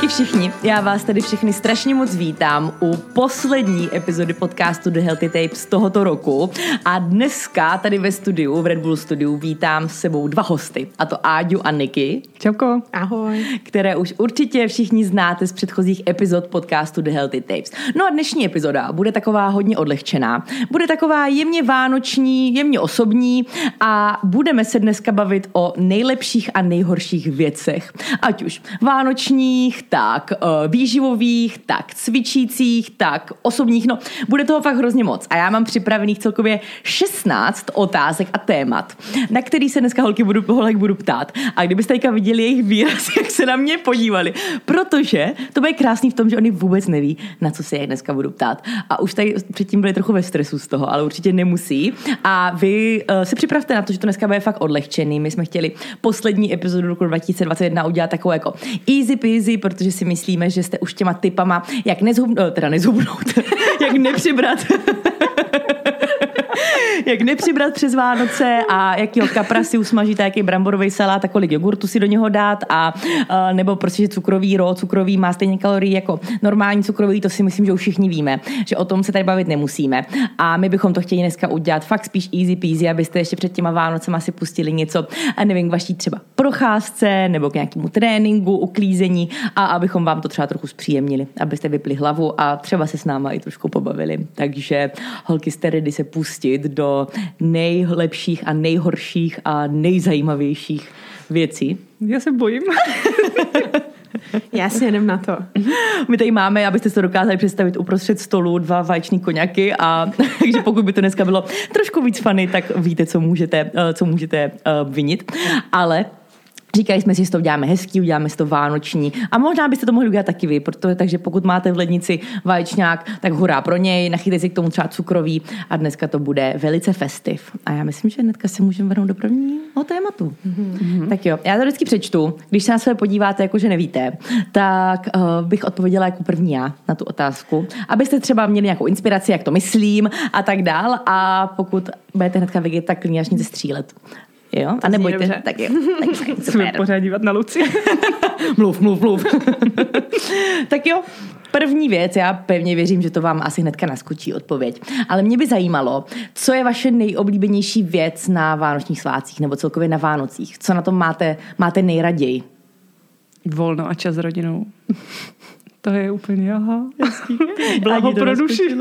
všichni, já vás tady všechny strašně moc vítám u poslední epizody podcastu The Healthy Tapes tohoto roku a dneska tady ve studiu, v Red Bull studiu, vítám s sebou dva hosty, a to Áďu a Niky. Čauko. Ahoj. Které už určitě všichni znáte z předchozích epizod podcastu The Healthy Tapes. No a dnešní epizoda bude taková hodně odlehčená, bude taková jemně vánoční, jemně osobní a budeme se dneska bavit o nejlepších a nejhorších věcech. Ať už vánočních, tak výživových, tak cvičících, tak osobních, no bude toho fakt hrozně moc. A já mám připravených celkově 16 otázek a témat, na který se dneska holky budu ptát. A kdybyste teďka viděli jejich výraz, jak se na mě podívali, protože to bude krásný v tom, že oni vůbec neví, na co se je dneska budu ptát. A už tady předtím byli trochu ve stresu z toho, ale určitě nemusí. A vy se připravte na to, že to dneska bude fakt odlehčený. My jsme chtěli poslední epizodu roku 2021 udělat takovou jako easy peasy, protože si myslíme, že jste už těma tipama, jak nezhubnout, jak nepřibrat jak nepřibrat přes Vánoce a jakýho kapra si usmažíte, jaký bramborový salát a kolik jogurtu si do něho dát a nebo prostě, že cukrový má stejně kalorií jako normální cukrový, to si myslím, že už všichni víme, že o tom se tady bavit nemusíme. A my bychom to chtěli dneska udělat fakt spíš easy peasy, abyste ještě před těma Vánocema si pustili něco, a nevím, k vaší třeba procházce nebo k nějakému tréninku, uklízení a abychom vám to třeba trochu zpříjemnili, abyste vypli hlavu a třeba se s náma i trošku pobavili. Takže holky, jste ready se pustit do nejlepších a nejhorších a nejzajímavějších věcí. Já se bojím. Já si jedem na to. My tady máme, abyste se to dokázali představit uprostřed stolu, 2 vaječný koňaky a takže pokud by to dneska bylo trošku víc funny, tak víte, co můžete vinit. Ale říkali jsme si, že to uděláme hezký, uděláme si to vánoční a možná byste to mohli udělat taky vy, takže pokud máte v lednici vaječňák, tak hurá pro něj, nachytejte si k tomu třeba cukroví a dneska to bude velice festiv. A já myslím, že hnedka se můžeme vrhnout do prvního tématu. Mm-hmm. Tak jo, já to vždycky přečtu. Když se na sebe podíváte, jakože nevíte, tak bych odpověděla jako první já na tu otázku, abyste třeba měli nějakou inspiraci, jak to myslím a tak dál a pokud budete hnedka vědět, tak klidně začněte střílet. Jo? A nebojte, tak jo. Tak super. Pořád dívat na Luci. mluv. Tak jo, první věc, já pevně věřím, že to vám asi hnedka naskočí odpověď. Ale mě by zajímalo, co je vaše nejoblíbenější věc na vánočních svátcích nebo celkově na Vánocích? Co na tom máte nejraději? Volno a čas s rodinou. To je úplně, blaho pro duši.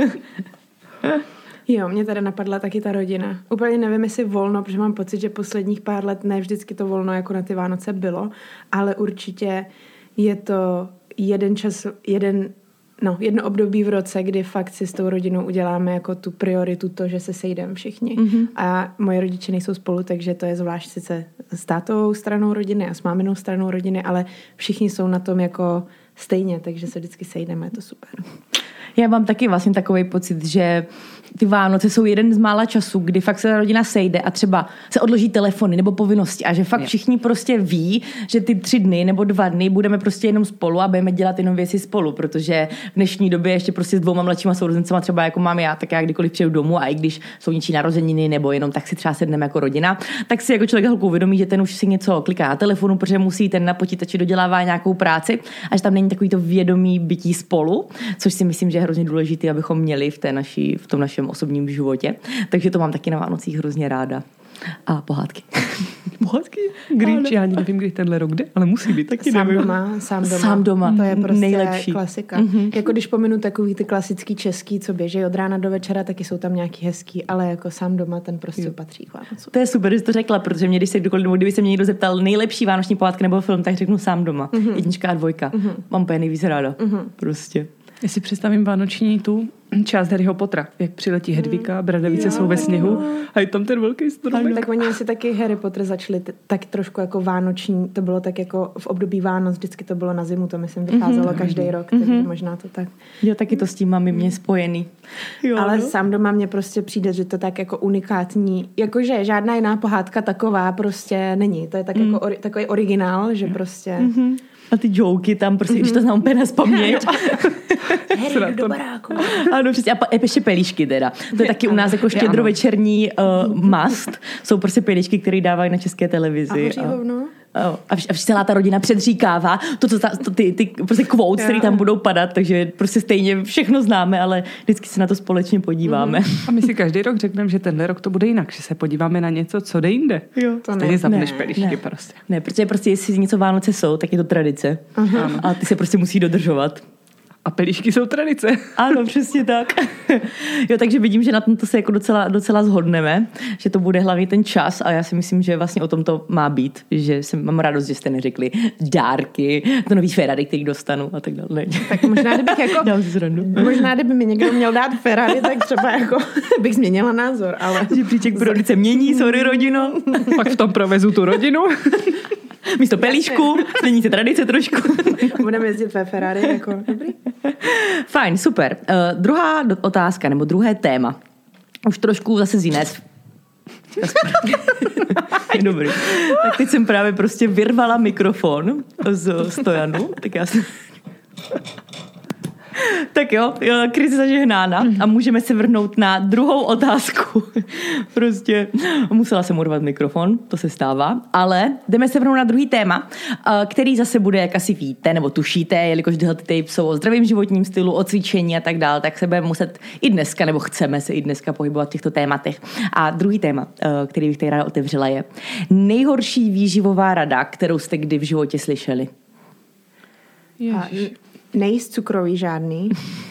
Jo, mě tady napadla taky ta rodina. Úplně nevím, jestli volno, protože mám pocit, že posledních pár let ne vždycky to volno jako na ty Vánoce bylo, ale určitě je to jedno období v roce, kdy fakt si s tou rodinou uděláme jako tu prioritu to, že se sejdeme všichni. Mm-hmm. A moje rodiče nejsou spolu, takže to je zvlášť sice s tátovou stranou rodiny a s máminou stranou rodiny, ale všichni jsou na tom jako stejně, takže se vždycky sejdeme, je to super. Já mám taky vlastně takový pocit, že ty Vánoce jsou jeden z mála časů, kdy fakt se ta rodina sejde a třeba se odloží telefony nebo povinnosti a že fakt všichni prostě ví, že ty 3 dny nebo 2 dny budeme prostě jenom spolu a budeme dělat jenom věci spolu, protože v dnešní době ještě prostě s 2 mladšíma sourozencema třeba jako mám já, tak já kdykoliv přijedu domů a i když jsou něčí narozeniny nebo jenom tak si třeba sedneme jako rodina, tak si jako člověk holku uvědomí, že ten už si něco kliká na telefonu, protože musí ten na počítači dodělává nějakou práci a že tam není takový to vědomí bytí spolu, což si myslím, že je hrozně důležité, abychom měli v tom našem osobním životě. Takže to mám taky na Vánocích hrozně ráda. A pohádky. Grinch, já ani nevím, kdy tenhle rok jde, ale musí být taky. Sám doma. To je prostě nejlepší. Klasika. Mm-hmm. Jako když pominu takový ty klasický český, co běží od rána do večera, taky jsou tam nějaký hezký, ale jako Sám doma ten prostě patří k Vánocu. To je super, že jsi to řekla, protože mě, kdyby se mě někdo zeptal nejlepší vánoční pohádka nebo film, tak řeknu Sám doma. Mm-hmm. 1 a 2. Mm-hmm. Mám úplně nejvíc ráda. Mm-hmm. Prostě. Já si představím vánoční tu část Harryho Pottera, jak přiletí Hedvika, bradavice jsou ve sněhu a je tam ten velký stromek. Tak oni asi taky Harry Potter začali tak trošku jako vánoční, to bylo tak jako v období Vánoc, vždycky to bylo na zimu, to myslím vycházelo každý rok, takže možná to tak. Jo, taky to s tím mám mě spojený. Jo, ale Sám doma mně prostě přijde, že to tak jako unikátní, jakože žádná jiná pohádka taková prostě není, to je tak jako takový originál, že prostě... A ty joky tam prostě, když to znám úplně nezpomnět. Harry, do baráku. Ano, přesně. A ještě pelíšky teda. To je taky u nás jako štědrovečerní must. Jsou prostě pelíšky, které dávají na České televizi. A hoří hovno? A celá ta rodina předříkává ty prostě quotes, které tam budou padat, takže prostě stejně všechno známe, ale vždycky se na to společně podíváme. A my si každý rok řekneme, že tenhle rok to bude jinak, že se podíváme na něco, co jde jinde. Jo, to stejně zapneš pelíšky prostě. Ne, protože prostě jestli něco Vánoce jsou, tak je to tradice. A ty se prostě musí dodržovat. A pelíšky jsou tradice. Ano, přesně tak. Jo, takže vidím, že na tomto se jako docela shodneme, že to bude hlavně ten čas a já si myslím, že vlastně o tom to má být, že mám radost, že jste neřekli dárky, to nový Ferrari, který dostanu a tak dále. Tak možná, kdyby mi někdo měl dát Ferrari, tak třeba jako bych změnila názor, ale... Že příček pro rodice mění, sorry rodino. Pak v tom provezu tu rodinu. Místo pelíšku, změní se tradice trošku. Budeme jezdit ve Ferrari, jako dobrý. Fajn, super. Druhá otázka, nebo druhé téma. Už trošku zase z jiné. Dobrý. Tak teď jsem právě prostě vyrvala mikrofon z stojanu. Tak já jsem... Tak jo, krize zažehnána a můžeme se vrhnout na druhou otázku. Prostě musela jsem urvat mikrofon, to se stává, ale jdeme se vrhnout na druhý téma, který zase bude, jak asi víte, nebo tušíte, jelikož tyhle tapes jsou o zdravém životním stylu, o cvičení a tak dále, tak se budeme muset i dneska, nebo chceme se i dneska pohybovat v těchto tématech. A druhý téma, který bych tady ráda otevřela, je nejhorší výživová rada, kterou jste kdy v životě slyšeli. Nejíst cukroví žádný.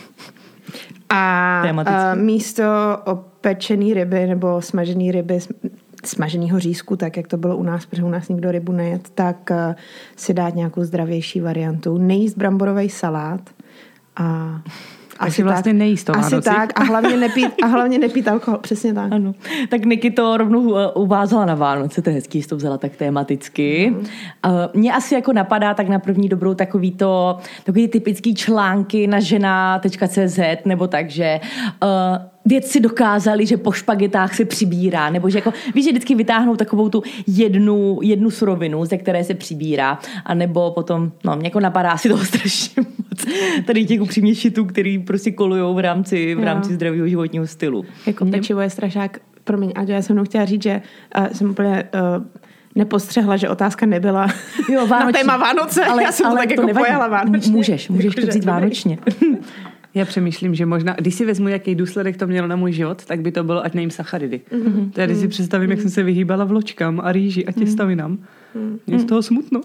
A místo opečený ryby nebo smažený ryby, smaženýho řízku, tak jak to bylo u nás, protože u nás nikdo rybu nejet, tak si dát nějakou zdravější variantu. Nejíst bramborový salát a asi vlastně nejíst to Vánoci. Asi tak a hlavně nepít alkohol, přesně tak. Ano. Tak Niky to rovnou uvázala na Vánoce, to je hezký, že to vzala tak tematicky. Mně asi jako napadá tak na první dobrou takový typický články na žena.cz nebo tak, že vědci dokázali, že po špagetách se přibírá, nebo že jako, víš, že vždycky vytáhnou takovou tu jednu surovinu, ze které se přibírá, a nebo potom, mě jako napadá asi toho strašně moc. Tady těch upřímně šitů, který prostě kolujou v rámci zdravého životního stylu. Jako pečivo je strašák. Promiň, Aďo, já jsem mnou chtěla říct, že jsem úplně nepostřehla, že otázka nebyla na téma Vánoce. Ale já jsem to tak jako pojala vánočně. Můžeš to vzít vánočně. Já přemýšlím, že možná, když si vezmu, jaký důsledek to mělo na můj život, tak by to bylo, ať nejím sacharidy. Tady si představím, jak jsem se vyhýbala vločkám a rýži a těstavinám. Je z toho smutno.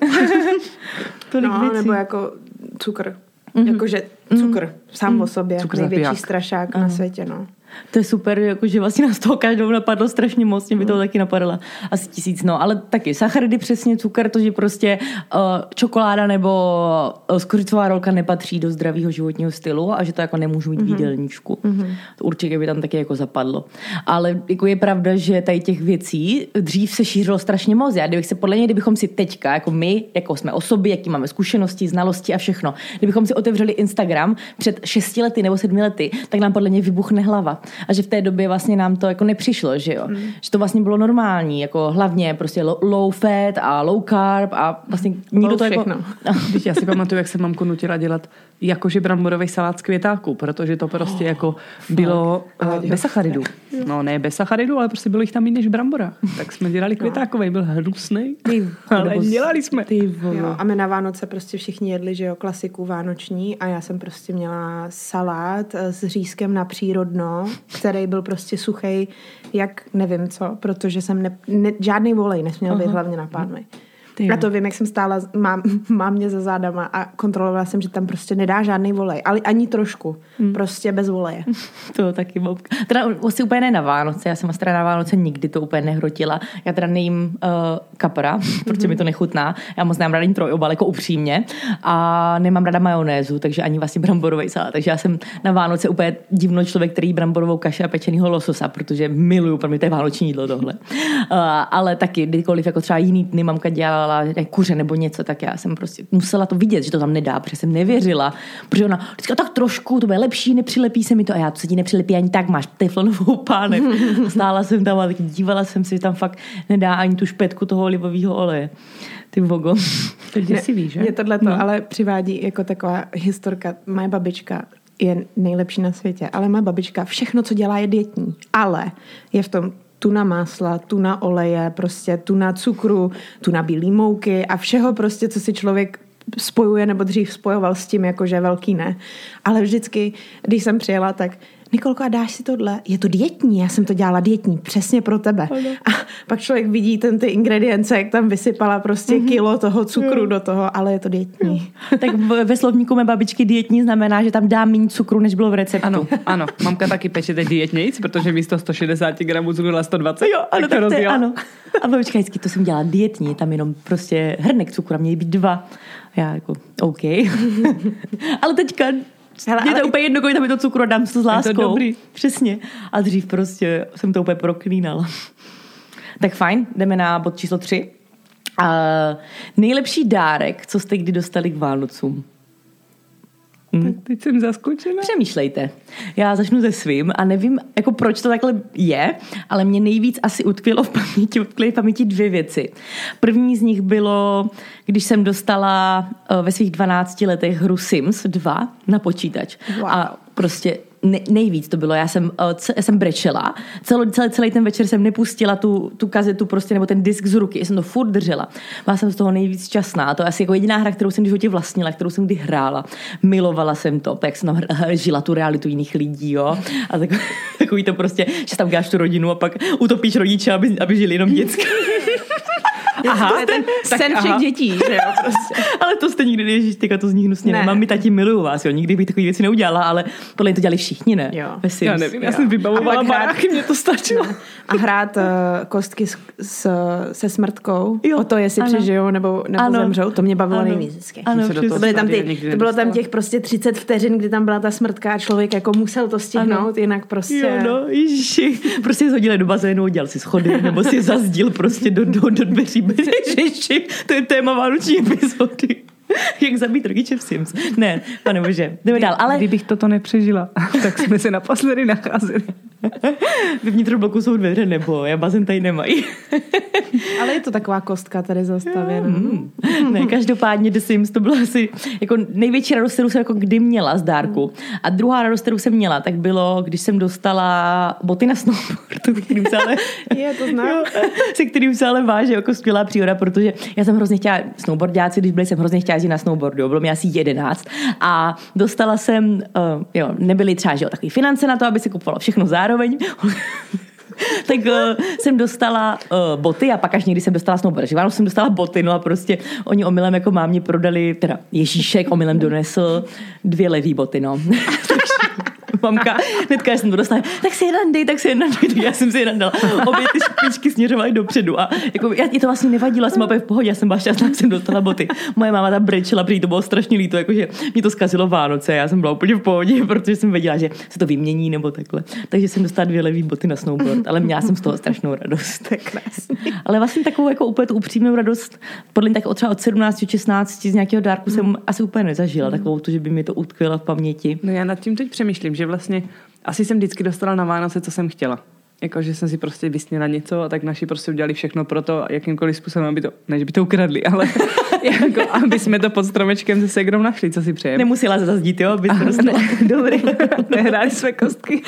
Nebo jako cukr. Jakože cukr sám o sobě. Cukr největší zapiják. Strašák na světě, no. To je super, jakože vlastně nás toho každou napadlo strašně moc, mě by toho taky napadala asi 1000, ale taky sacharidy přesně, cukr, to, že prostě čokoláda nebo skořicová rolka nepatří do zdravého životního stylu a že to jako nemůžu mít v jídelníčku. To určitě by tam taky jako zapadlo. Ale jako je pravda, že tady těch věcí dřív se šířilo strašně moc. Kdybychom si teďka, jako my, jako jsme osoby, jaký máme zkušenosti, znalosti a všechno, kdybychom si otevřeli Instagram před 6 lety nebo 7 lety, tak nám podle mě vybuchne hlava. A že v té době vlastně nám to jako nepřišlo, že jo. Že to vlastně bylo normální, jako hlavně prostě low fat a low carb a vlastně nikdo to jako... Já si pamatuju, jak jsem mamku nutila dělat jakože bramborový salát z květáků, protože to prostě jako bylo bez sacharidů. No ne bez sacharidů, ale prostě bylo jich tam méně než v bramborách. Tak jsme dělali květákovej, byl hnusnej, ale dělali jsme. Jo, a my na Vánoce prostě všichni jedli, že jo, klasiku vánoční a já jsem prostě měla salát s řízkem na přírodno, který byl prostě suchej, jak nevím co, protože jsem žádný volej nesměl být hlavně na pánvi. A to vím, jak jsem stála mámě za zádama a kontrolovala jsem, že tam prostě nedá žádný volej, ale ani trošku, prostě bez voleje. To taky bobka. Teda asi úplně ne na Vánoce, já jsem asi na Vánoce nikdy to úplně nehrotila. Já teda nejím kapra, protože mi to nechutná. Já moc nemám ráda trojobal, jako upřímně. A nemám ráda majonézu, takže ani vlastně bramborový salát. Takže já jsem na Vánoce úplně divno člověk, který jí bramborovou kaši a pečenýho lososa, protože miluju, pro mě to je vánoční jídlo tohle. Ale taky, kdykoliv jako třeba jiný dny mamka dělala kuře nebo něco, tak já jsem prostě musela to vidět, že to tam nedá, protože jsem nevěřila. Protože ona vždycky tak trošku, to bude lepší, nepřilepí se mi to a já to se ti nepřilepí ani tak, máš teflonovou pánev. Stála jsem tam a taky dívala jsem si, že tam fakt nedá ani tu špetku toho olivového oleje. Ty vogo. To děsivý, že? Mě tohleto ale přivádí jako taková historka. Moje babička je nejlepší na světě, ale moje babička všechno, co dělá, je dietní. Ale je v tom tuna másla, tuna oleje, prostě tuna cukru, tuna bílý mouky a všeho prostě, co si člověk spojuje nebo dřív spojoval s tím, jakože velký ne. Ale vždycky, když jsem přijela, tak Nikolko, a dáš si tohle? Je to dietní, já jsem to dělala dietní, přesně pro tebe. A pak člověk vidí ty ingredience, jak tam vysypala prostě kilo toho cukru do toho, ale je to dietní. Tak ve slovníku mé babičky dietní znamená, že tam dá méně cukru, než bylo v receptu. Ano. Mamka taky peče teď dietnějc, protože místo 160 gramů cukru dala 120. Jo, ano, tak to je, ano. A babička vždycky, to jsem dělala dietní, tam jenom prostě hrnek cukru, a měly být 2. Já jako, OK. Ale teďka je to úplně jedno, kolik tam je to cukru, dám to s láskou. Je to dobrý. Přesně. A dřív prostě jsem to úplně proklínala. Tak fajn, jdeme na bod číslo 3. Nejlepší dárek, co jste kdy dostali k Vánocům? Tak teď jsem zaskočena. Přemýšlejte. Já začnu se svým a nevím, jako proč to takhle je, ale mě nejvíc asi utkvěly v paměti 2 věci. První z nich bylo, když jsem dostala ve svých 12 letech hru Sims 2 na počítač. Wow. A prostě nejvíc to bylo. Já jsem brečela. Celý ten večer jsem nepustila tu kazetu prostě, nebo ten disk z ruky. Já jsem to furt držela. Byla jsem z toho nejvíc šťastná. To je asi jako jediná hra, kterou jsem v životě vlastnila, kterou jsem kdy hrála. Milovala jsem to, jak jsem tam žila tu realitu jiných lidí, jo. A takový to prostě, že tam děláš tu rodinu a pak utopíš rodiče, aby žili jenom dětsky. Aha, to je ten sen všech dětí, že jo, prostě. Ale to jste nikdy neježíš, teďka to zní hnusně. Ne. Mami, tati, miluju vás, jo. Nikdy bych takové věci neudělala, ale podle mě to dělali všichni, ne? Jo. Já nevím, já jsem vybavovala baráky, mě to stačilo. A hrát kostky se smrtkou, jo, o to, jestli přežijou nebo zemřou, to mě bavilo nejvíc vždycky. Ano, to bylo tam těch prostě 30 vteřin, kdy tam byla ta smrtka a člověk jako musel to stihnout, jinak prostě... Jo, no, ježiši. Prostě zhodili do bazénu, udělal si schody, nebo si zazdil prostě do dveří. Ježiši, to je téma vánoční epizody. Jak zabít rodiče v Sims. Ne, pane bože. Jdeme dál. Ale kdybych toto nepřežila, tak jsme se naposledy nacházeli. Ve vnitrobloku jsou dveře nebo já bazén tady nemají. Ale je to taková kostka tady zastavěna. Ne, každopádně The Sims to byla asi jako největší radost, kterou jsem jako kdy měla z dárku. A druhá radost, kterou jsem měla, tak bylo, když jsem dostala boty na snowboard, se kterým se ale váže jako skvělá příhoda, protože já jsem hrozně chtěla snowboardáci, když byli, jsem hrozně chtěla jít na snowboardu, bylo mi asi 11 a dostala jsem, nebyly třeba, že takový finance na to, aby si kupovalo všechno zároveň. Tak jsem dostala boty a pak až někdy jsem dostala snowboard. Že jsem dostala boty, no a prostě oni omylem jako mámě prodali, teda Ježíšek omylem donesl 2 levý boty, no. Mamka, hnedka jsem to dostala, tak si jeden dej, tak já jsem si jeden dala. Obě ty špičky směřovaly dopředu a jako, je to vlastně nevadilo, jsem opět v pohodě, já jsem byla šťastná, jsem dostala boty. Moje máma tam brečela, protože to bylo strašně líto, jakože mě to zkazilo Vánoce, já jsem byla úplně v pohodě, protože jsem věděla, že se to vymění nebo takhle. Takže jsem dostala 2 levý boty na snowboard, ale měla jsem z toho strašnou radost. Ale vlastně takovou jako úplně upřímnou radost, podle mě tak třeba od 17, 16 z nějakého dárku jsem asi úplně nezažila, takovou tu, že by mi to utkvělo v paměti. No já nad tím teď přemýšlím, že vlastně asi jsem vždycky dostala na Vánoce, co jsem chtěla. Jako, že jsem si prostě vysněla něco a tak naši prostě udělali všechno pro to, jakýmkoliv způsobem, aby to, ne, že by to ukradli, ale jako, aby jsme to pod stromečkem se segrou našli, co si přejeme. Nemusela se zazdít, jo? Dobrý. Nehráli své kostky.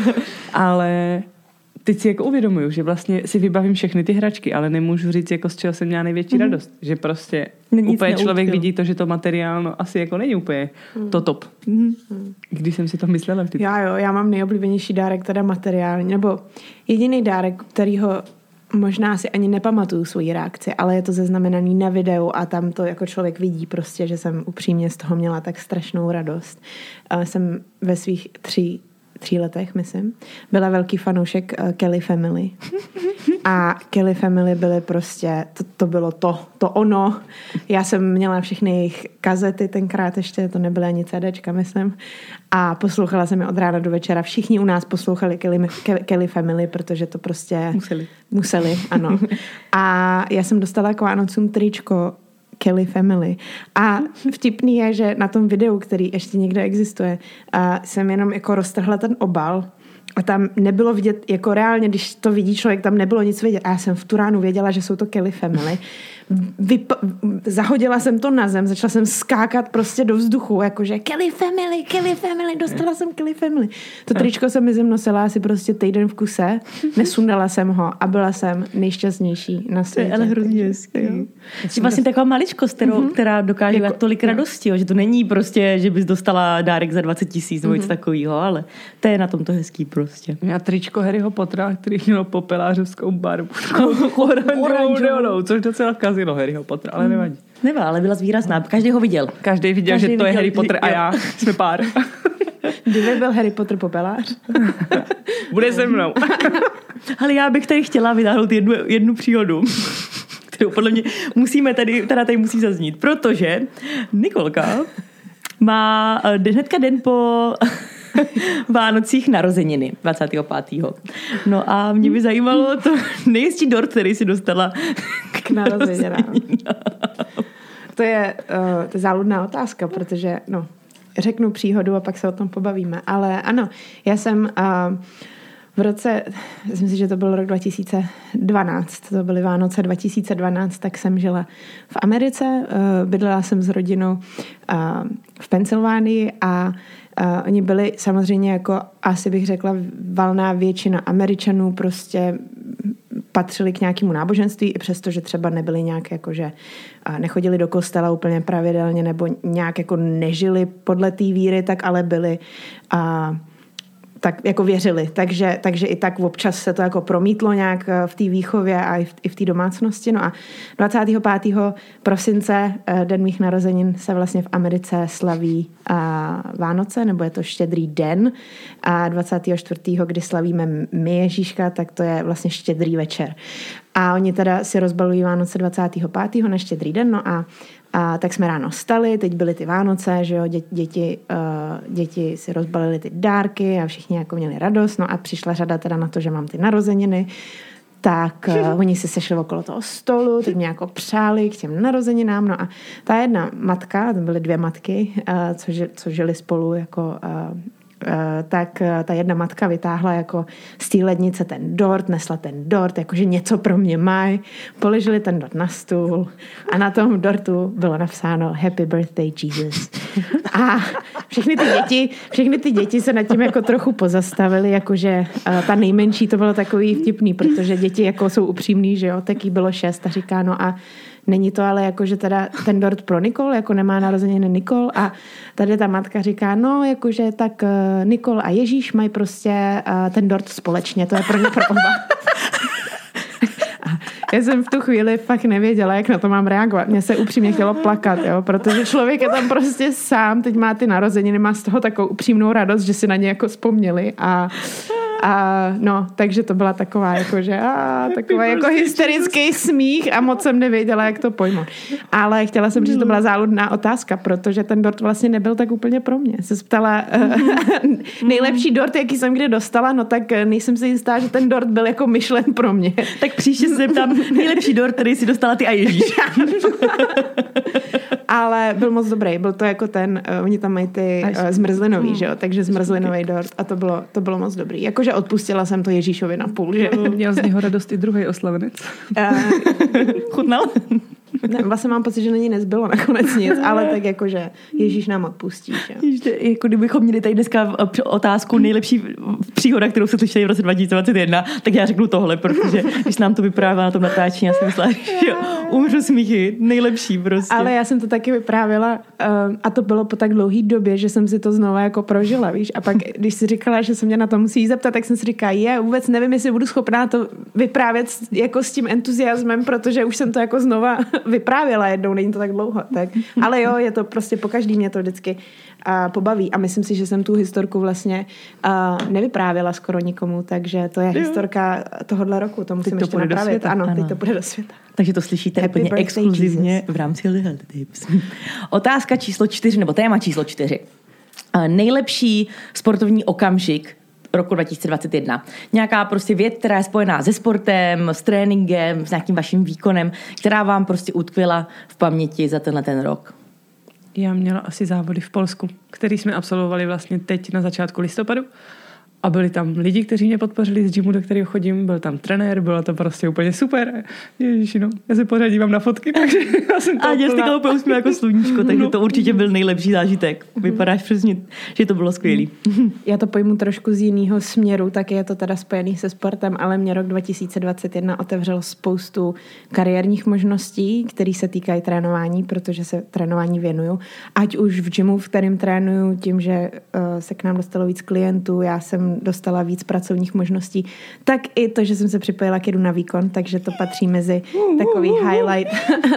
Ale teď si jako uvědomuju, že vlastně si vybavím všechny ty hračky, ale nemůžu říct, jako z čeho jsem měla největší radost. Že prostě úplně člověk vidí to, že to materiálno asi jako není úplně to top. Když jsem si to myslela vždycky. Já mám nejoblíbenější dárek, teda materiální, nebo jediný dárek, kterýho možná si ani nepamatuju svoji reakci, ale je to zaznamenaný na videu a tam to jako člověk vidí prostě, že jsem upřímně z toho měla tak strašnou radost. Jsem ve svých 3 letech, myslím, byla velký fanoušek Kelly Family. A Kelly Family byly prostě, to bylo to ono. Já jsem měla všechny jejich kazety tenkrát, ještě to nebyly ani CDčka, myslím. A poslouchala jsem je od rána do večera. Všichni u nás poslouchali Kelly Family, protože to prostě museli, ano. A já jsem dostala k Vánocům tričko Kelly Family. A vtipný je, že na tom videu, který ještě někde existuje, jsem jenom jako roztrhla ten obal a tam nebylo vidět, jako reálně, když to vidí člověk, tam nebylo nic vidět. A já jsem v tu ránu věděla, že jsou to Kelly Family, zahodila jsem to na zem, začala jsem skákat prostě do vzduchu, jakože Kelly Family, dostala jsem Kelly Family. To tričko jsem mezi nosila asi prostě týden v kuse, nesundala jsem ho a byla jsem nejšťastnější na světě. Ale hrozně hezký. Je vlastně taková maličkost, která dokáže dát tolik radosti, že to není prostě, že bys dostala dárek za 20 000 nebo něco takového, ale to je na tom to hezký prostě. Já tričko Harryho Pottera, který mělo popelářovskou barvu. Oranžovou, což docela kazilo Harryho Pottera, ale nevadí. Nevá, ale byla zvýrazná. Každý ho viděl. Každý viděl, že to je Harry Potter a já. Jsme pár. Kdyby byl Harry Potter popelář. Bude se mnou. Ale já bych tady chtěla vytáhnout jednu příhodu, kterou podle mě musíme tady musí zaznít, protože Nikolka má hnedka den po Vánocích narozeniny 25. No a mě by zajímalo to nejistý dort, který si dostala k narozeninám. To je záludná otázka, protože řeknu příhodu a pak se o tom pobavíme. Ale ano, já jsem v roce, myslím si, že to byl rok 2012, to byly Vánoce 2012, tak jsem žila v Americe, bydlela jsem s rodinou v Pensylvánii a oni byli samozřejmě jako, asi bych řekla, valná většina Američanů prostě patřili k nějakému náboženství, i přesto, že třeba nebyli nějak jakože nechodili do kostela úplně pravidelně nebo nějak jako nežili podle té víry, tak ale byli tak jako věřili. Takže i tak občas se to jako promítlo nějak v té výchově a i v té domácnosti. No a 25. prosince, den mých narozenin, se vlastně v Americe slaví Vánoce, nebo je to Štědrý den. A 24. kdy slavíme my Ježíška, tak to je vlastně Štědrý večer. A oni teda si rozbalují Vánoce 25. na Štědrý den, no a tak jsme ráno vstali, teď byly ty Vánoce, že jo, děti si rozbalili ty dárky a všichni jako měli radost, no a přišla řada teda na to, že mám ty narozeniny, tak oni si sešli okolo toho stolu, teď mě jako přáli k těm narozeninám, no a ta jedna matka, to byly dvě matky, co žili spolu jako tak ta jedna matka vytáhla jako z té lednice ten dort, nesla ten dort, jakože něco pro mě mají, položili ten dort na stůl a na tom dortu bylo napsáno Happy Birthday Jesus. A všechny ty děti se nad tím jako trochu pozastavily, jakože ta nejmenší to bylo takový vtipný, protože děti jako jsou upřímný, že jo, tak jí bylo 6 a říká, no a není to ale jako, že teda ten dort pro Nikol, jako nemá narozeniny Nikol a tady ta matka říká, no jakože tak Nikol a Ježíš mají prostě ten dort společně, to je pro ně pro oba. Já jsem v tu chvíli fakt nevěděla, jak na to mám reagovat. Mně se upřímně chtělo plakat, jo, protože člověk je tam prostě sám, teď má ty narozeniny, má z toho takovou upřímnou radost, že si na ně jako vzpomněli a no, takže to byla taková jakože taková jako hysterický smích a moc jsem nevěděla, jak to pojmout. Ale chtěla jsem říct, že to byla záludná otázka, protože ten dort vlastně nebyl tak úplně pro mě. Se ptala nejlepší dort, jaký jsem kdy dostala, no tak nejsem si jistá, že ten dort byl jako myšlen pro mě. Tak příště se zeptám nejlepší dort, který si dostala ty a Ježíš. Ale byl moc dobrý. Byl to jako ten, oni tam mají ty zmrzlinový, že jo? Takže zmrzlinový dort a to bylo moc dobrý. Jakože odpustila jsem to Ježíšovi na půl, že? Měl z něho radost i druhý oslavenec. Chutnal? Ne, vlastně mám pocit, že na ní nezbylo nakonec nic, ale tak jakože Ježíš nám odpustí. Že? Jako kdybychom měli tady dneska otázku nejlepší příhoda, kterou se slyšeli v roce 2021, tak já řeknu tohle, protože když nám to vyprávěla na tom natáčení, já jsem myslela, že umřu smíchy, nejlepší prostě. Ale já jsem to taky vyprávěla a to bylo po tak dlouhý době, že jsem si to znova jako prožila, víš. A pak, když si říkala, že se mě na to musí zeptat, tak jsem si říkala, vůbec nevím, jestli budu schopná to vyprávět jako s tím entuziasmem, protože už jsem to jako znova vyprávěla jednou, není to tak dlouho. Tak. Ale jo, je to prostě pokaždý mě to vždycky pobaví a myslím si, že jsem tu historku vlastně nevyprávěla skoro nikomu, takže to je historka tohohle roku, to musím ještě napravit. Ano, teď to bude do světa. Takže to slyšíte Happy úplně exkluzivně Jesus. V rámci Healthy Tips. Otázka číslo 4, nebo téma číslo 4. Nejlepší sportovní okamžik roku 2021. Nějaká prostě věc, která je spojená se sportem, s tréninkem, s nějakým vaším výkonem, která vám prostě utkvěla v paměti za ten rok. Já měla asi závody v Polsku, který jsme absolvovali vlastně teď na začátku listopadu. A byli tam lidi, kteří mě podpořili z gymu, do kterého chodím, byl tam trenér, bylo to prostě úplně super. Ježiši, no, já se pořád dívám na fotky, takže já jsem to a děs takhle úplně usměl jako sluníčko, takže to určitě byl nejlepší zážitek. Vypadáš přesně, že to bylo skvělý. Já to pojmu trošku z jiného směru, tak je to teda spojený se sportem, ale mě rok 2021 otevřel spoustu kariérních možností, které se týkají trénování, protože se trénování věnuju. Ať už v gymu, v kterém trénuju, tím, že se k nám dostalo víc klientů, já jsem dostala víc pracovních možností, tak i to, že jsem se připojila k Jedu na výkon, takže to patří mezi takový highlight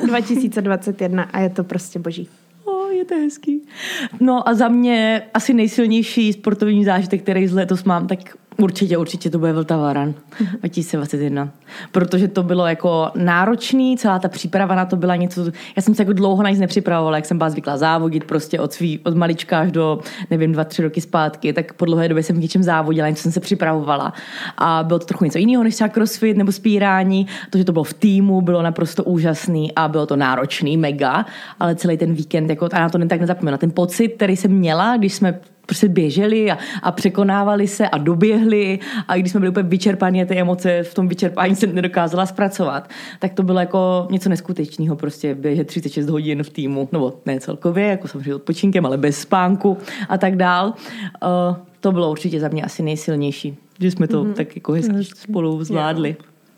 2021 a je to prostě boží. Je to hezký. No a za mě asi nejsilnější sportovní zážitek, který z letos mám, tak určitě to bude Vltava Run 2021. Protože to bylo jako náročný, celá ta příprava na to byla něco, já jsem se jako dlouho na nic nepřipravovala, jak jsem byla zvyklá závodit prostě od malička až do, nevím, 2-3 roky zpátky, tak po dlouhé době jsem k něčem závodila, něco jsem se připravovala. A bylo to trochu něco jiného, než třeba crossfit nebo spírání, to, že to bylo v týmu, bylo naprosto úžasný a bylo to náročný, mega, ale celý ten víkend, jako, a na to tak nezapomínám, ten pocit, který jsem měla, když jsme prostě běželi a překonávali se a doběhli a když jsme byli úplně vyčerpaní a ty emoce v tom vyčerpání jsem nedokázala zpracovat, tak to bylo jako něco neskutečného, prostě běžet 36 hodin v týmu, nebo ne celkově, jako samozřejmě odpočinkem, ale bez spánku a tak dál. To bylo určitě za mě asi nejsilnější, že jsme to tak jako hezky spolu zvládli.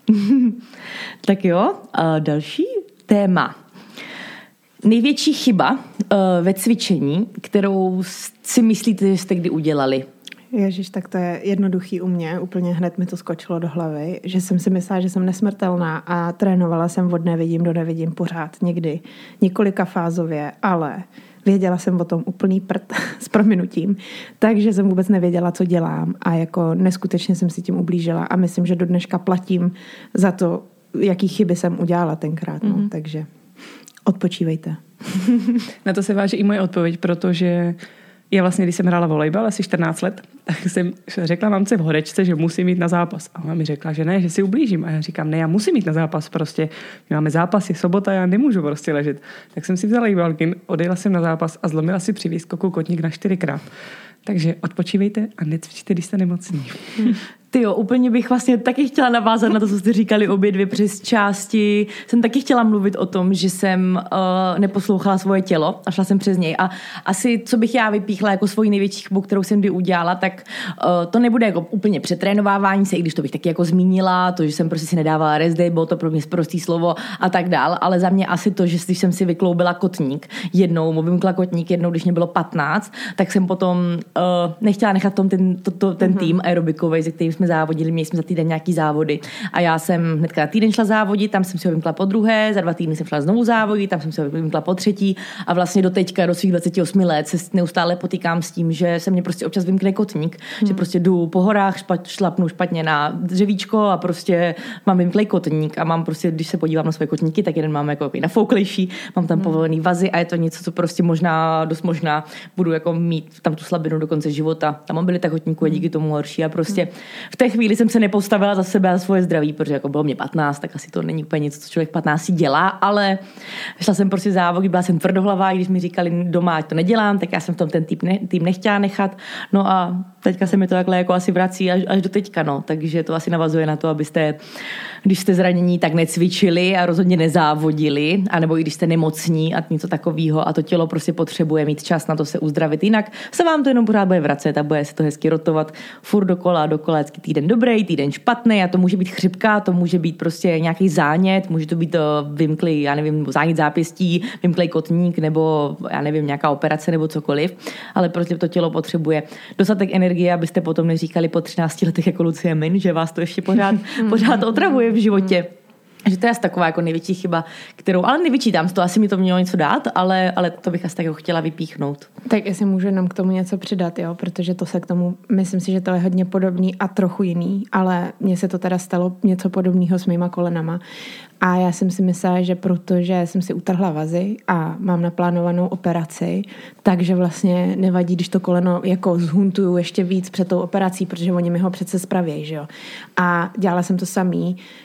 Tak jo, další téma. Největší chyba ve cvičení, kterou si myslíte, že jste kdy udělali? Ježiš, tak to je jednoduchý u mě. Úplně hned mi to skočilo do hlavy, že jsem si myslela, že jsem nesmrtelná a trénovala jsem od nevidím do nevidím pořád někdy, několika fázově, ale věděla jsem o tom úplný prd s prominutím, takže jsem vůbec nevěděla, co dělám a jako neskutečně jsem si tím ublížila a myslím, že do dneška platím za to, jaký chyby jsem udělala tenkrát, no, takže odpočívejte. Na to se váží i moje odpověď, protože já vlastně, když jsem hrála volejbal asi 14 let, tak jsem řekla mamce v horečce, že musím jít na zápas. A ona mi řekla, že ne, že si ublížím. A já říkám, ne, já musím jít na zápas, prostě my máme zápas, je sobota, já nemůžu prostě ležet. Tak jsem si vzala jíbalkin, odjela jsem na zápas a zlomila si při výskoku kotník na 4krát. Takže odpočívejte a necvičte, když jste nemocní. Tyjo, úplně bych vlastně taky chtěla navázat na to, co jste říkali obě dvě přes části. Jsem taky chtěla mluvit o tom, že jsem neposlouchala svoje tělo a šla jsem přes něj. A asi, co bych já vypíchla jako svoji největší chybu, kterou jsem kdy udělala, tak to nebude jako úplně přetrénovávání se, i když to bych taky jako zmínila, to, že jsem prostě si nedávala rest day, bylo to pro mě prostý slovo a tak dál, ale za mě asi to, že když jsem si vykloubila kotník vymkla kotník jednou, když mě bylo 15, tak jsem potom nechtěla nechat ten tým aerobikovej, se kterým jsme závodili, měli jsme za týden nějaký závody a já jsem hnedka na týden šla závodit, tam jsem si ho vymkla po druhé, za 2 týdny jsem šla znovu závodit, tam jsem si ho vymkla po třetí a vlastně do teďka, do svých 28 let se neustále potýkám s tím, že se mě prostě občas vymkne kotník, že prostě jdu po horách, šlapnu špatně na dřevíčko a prostě mám vymklej kotník a mám prostě, když se podívám na své kotníky, tak jeden mám jako nafouklejší, mám tam povolený vazy a je to něco, co prostě dost možná budu jako mít tam tu slabinu do konce života. Ta mobilita kotníku je díky tomu horší a prostě v té chvíli jsem se nepostavila za sebe a za svoje zdraví, protože jako bylo mě 15, tak asi to není úplně něco, co člověk 15 dělá, ale šla jsem prostě závodit, byla jsem tvrdohlavá, když mi říkali doma, ať to nedělám, tak já jsem v tom ten tým nechtěla nechat. No a teďka se mi to takhle jako asi vrací až do teďka, no. Takže to asi navazuje na to, abyste, když jste zranění, tak necvičili a rozhodně nezávodili, anebo i když jste nemocní a něco takového a to tělo prostě potřebuje mít čas na to se uzdravit. Jinak se vám to jenom pořád bude vracet a bude se to hezky rotovat furt dokola, vždycky týden dobrý, týden špatný a to může být chřipka, to může být prostě nějaký zánět, může to být vymklý, já nevím, zánět zápěstí, vymklý kotník nebo já nevím, nějaká operace nebo cokoliv, ale prostě to tělo potřebuje dostatek energie, abyste potom neříkali po 13 letech jako Lucie Min, že vás to ještě pořád otravuje v životě. Že to je asi taková jako největší chyba, kterou, ale nevyčítám to, asi mi to mělo něco dát, ale to bych asi tak jako chtěla vypíchnout. Tak jestli můžu jenom k tomu něco přidat, jo, protože to se k tomu, myslím si, že to je hodně podobný a trochu jiný, ale mně se to teda stalo něco podobného s mýma kolenama. A já jsem si myslela, že protože jsem si utrhla vazy a mám naplánovanou operaci, takže vlastně nevadí, když to koleno jako zhuntuju ještě víc před tou operací, protože oni mi ho přece spravějí, že jo. A dělala jsem to samý.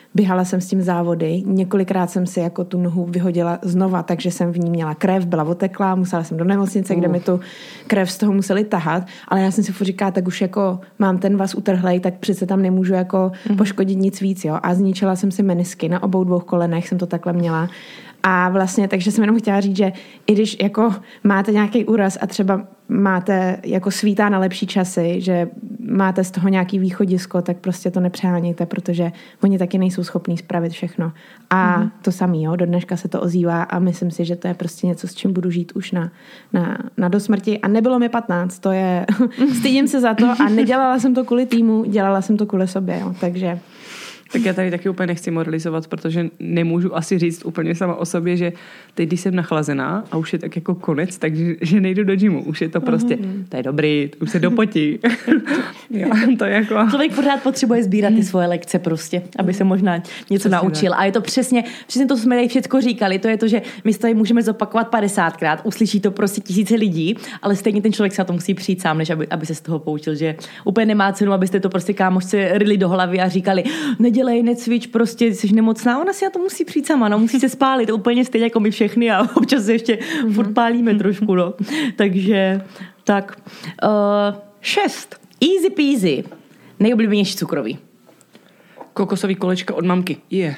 běhala jsem s tím závody, několikrát jsem si jako tu nohu vyhodila znova, takže jsem v ní měla krev, byla oteklá, musela jsem do nemocnice, kde mi tu krev z toho museli tahat, ale já jsem si furt říkala, tak už jako mám ten vaz utrhlej, tak přece tam nemůžu jako poškodit nic víc, jo. A zničila jsem si menisky na obou 2 kolenech, jsem to takhle měla. A vlastně, takže jsem jenom chtěla říct, že i když jako máte nějaký úraz a třeba máte jako svítá na lepší časy, že máte z toho nějaký východisko, tak prostě to nepřehánějte, protože oni taky nejsou schopní spravit všechno. A to samý, jo, do dneška se to ozývá a myslím si, že to je prostě něco, s čím budu žít už na dosmrti. A nebylo mi 15, to je, stydím se za to a nedělala jsem to kvůli týmu, dělala jsem to kvůli sobě, jo, takže... Tak já tady taky úplně nechci moralizovat, protože nemůžu asi říct úplně sama o sobě, že teď, když jsem nachlazená a už je tak jako konec, takže nejdu do gymu. Už je to prostě, to je dobrý, už se dopotí. Jo, to je jako... Člověk pořád potřebuje sbírat ty svoje lekce prostě, aby se možná něco přesně naučil. A je to přesně to, co jsme tady všechno říkali, to je to, že my to tady můžeme zopakovat 50krát, uslyší to prostě tisíce lidí, ale stejně ten člověk se na to musí přijít sám, než aby se z toho poučil, že úplně nemá cenu, abyste to prostě kámošce ryli do hlavy a říkali, nedělej, necvič, prostě jsi nemocná, ona si na to musí přijít sama, no, musí se spálit, úplně stejně jako my všechny a občas se ještě furt pálíme trošku, no. Takže, tak. 6. Easy peasy. Nejoblíbenější cukroví. Kokosový kolečka od mamky.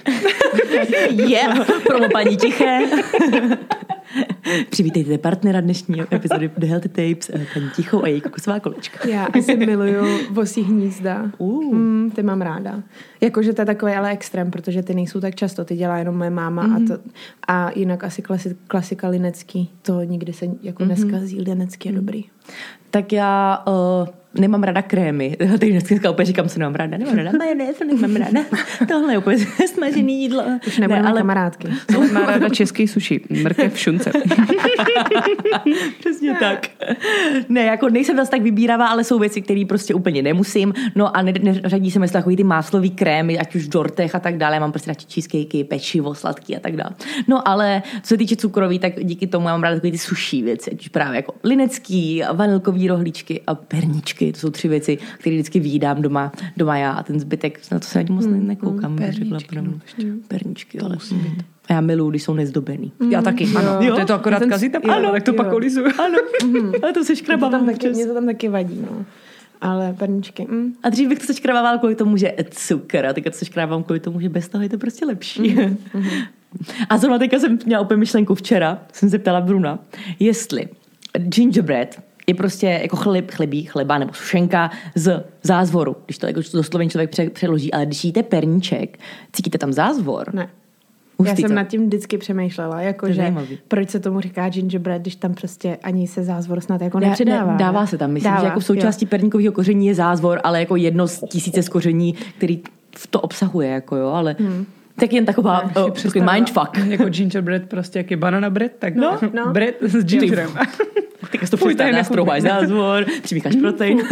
Promo paní Tiché. Přivítejte partnera dnešního epizody The Healthy Tapes, paní Tichou a její kokosová kolečka. Já asi miluju vosí hnízda. Ty mám ráda. Jakože to je takový ale extrém, protože ty nejsou tak často, ty dělá jenom moje máma a jinak asi klasika linecký. To nikdy se jako neskazí, linecký je dobrý. Tak já nemám ráda krémy. Teď dneska úplně říkám, co nemám ráda. Nemám ráda majonéz, nemám ráda. Tohle je úplně smažený jídlo. Už nebudeme ale kamarádky. Má ráda český sushi. Mrkev v šunce. Přesně tak. Ne, jako nejsem zase tak vybíravá, ale jsou věci, které prostě úplně nemusím. No a neřadí se mi takový ty máslový krémy, ať už v dortech a tak dále. Já mám prostě radši cheesecakey, pečivo, sladký a tak dále. No ale co se týče cukroví, tak díky tomu já mám ráda takový ty sushi věci, ať už právě jako linecký, vanilkový rohlíčky a perničky. To jsou 3 věci, které vždycky vídám doma já a ten zbytek, na to se ani moc nekoukám. Perničky, ale a já miluji, když jsou nezdobený. Já taky, ano. Jo? To je to akorát kazíte, tak to pak olizuju. Ano, ale to se škrabávám. Mě to tam taky vadí, no. Ale perničky. A dřív bych to seškrabával kvůli tomu, že je cukr, a teďka to seškrabávám kvůli tomu, že bez toho je to prostě lepší. A zrovna teďka jsem měla úplně myšlenku včera, jsem se ptala Bruna, jestli gingerbread je prostě jako chleba nebo sušenka z zázvoru, když to jako doslovně člověk přeloží, ale když jíte perníček, cítíte tam zázvor? Ne. Já jsem nad tím vždycky přemýšlela, jakože proč se tomu říká gingerbread, když tam prostě ani se zázvor snad jako nepřidává. Dává se tam, myslím, že jako v součástí perníkového koření je zázvor, ale jako jedno z 1000 z koření, který to obsahuje, jako jo, ale... Tak jen taková mindfuck. Jako gingerbread prostě, jak je banana bread, tak bread s gingerem. Teďka to přistáváš, strouháš zázvor, přimícháš protein.